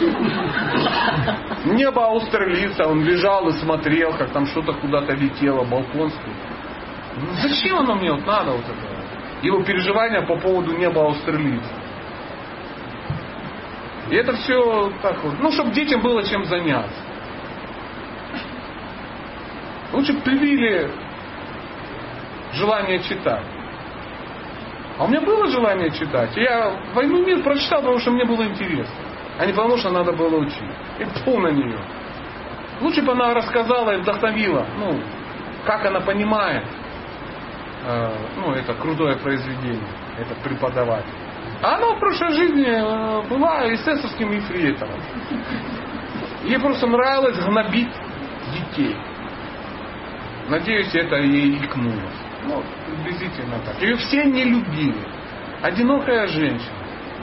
Небо Аустерлица, он лежал и смотрел, как там что-то куда-то летело, Болконский. Ну, зачем оно мне надо вот это? Его переживания по поводу неба Аустерлица. И это все так вот. Ну, чтобы детям было чем заняться. Лучше привили желание читать. А у меня было желание читать. Я «Войну и мир» прочитал, потому что мне было интересно. А не потому что надо было учить. И пфу на нее. Лучше бы она рассказала и вдохновила. Ну, как она понимает. Это крутое произведение. Это преподаватель. А она в прошлой жизни была эсэсовским ефрейтором. Ей просто нравилось гнобить детей. Надеюсь, это ей икнулось. Ну, приблизительно так. Ее все не любили. Одинокая женщина.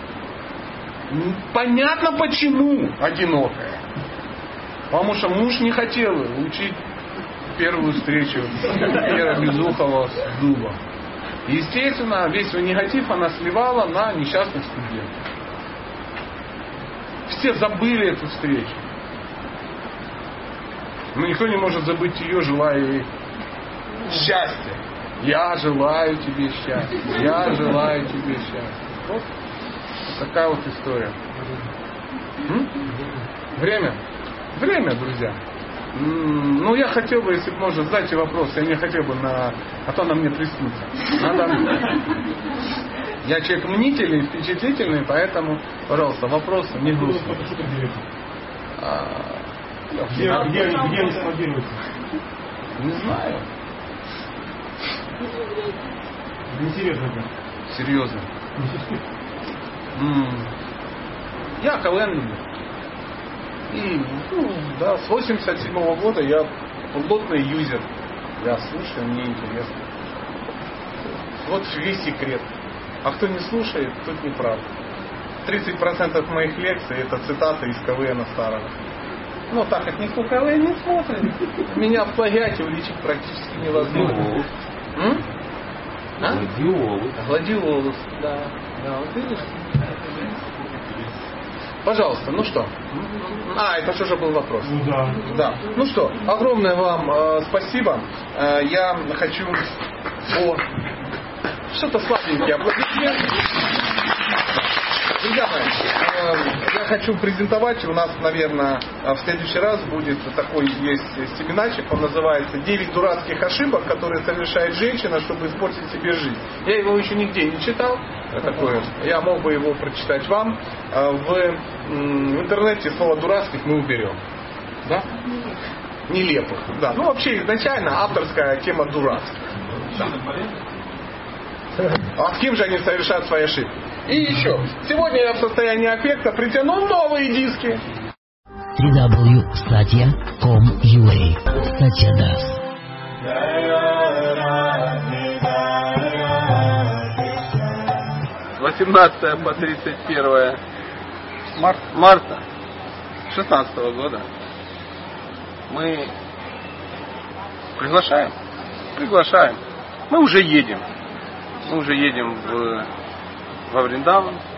Понятно, почему одинокая. Потому что муж не хотел учить первую встречу Пьера Безухова с дубом. Естественно, весь свой негатив она сливала на несчастных студентов. Все забыли эту встречу. Но никто не может забыть ее, желая ей счастья. Я желаю тебе счастья. Я желаю тебе счастья. Вот такая вот история. Время. Время, друзья. Ну, я хотел бы, если можно, задайте вопрос. Я не хотел бы а то на мне приснится. Я человек мнительный, впечатлительный, поэтому, пожалуйста, вопросы не грустные. Где они складируются? Не знаю. Интересно, да. Серьезно. Я КВН люблю. И, с 87 года я плотный юзер. Я слушаю, мне интересно. Вот весь секрет. А кто не слушает, тот не прав. 30% моих лекций это цитаты из КВН старого. Но так как никто КВН не смотрит, меня в плагиате уличить практически невозможно. Гладиолус. Да, вот видишь? Пожалуйста, ну что? Это что же был вопрос? Да. Ну что, огромное вам спасибо. Я хочу что-то сладенькое аплодисменты. Друзья мои, я хочу презентовать. У нас, наверное, в следующий раз будет такой есть семинарчик. Он называется «9 дурацких ошибок, которые совершает женщина, чтобы испортить себе жизнь». Я его еще нигде не читал. Такое. Я мог бы его прочитать вам. В интернете слово «дурацких» мы уберем. Да? Нелепых. Да. Ну, вообще, изначально авторская тема дурацких. Да. А с кем же они совершают свои ошибки? И еще. Сегодня я в состоянии аффекта притянул новые диски. www.satya.com.ua Satya Das. 18 по 31 марта 2016 года мы приглашаем Мы уже едем во Вриндаван.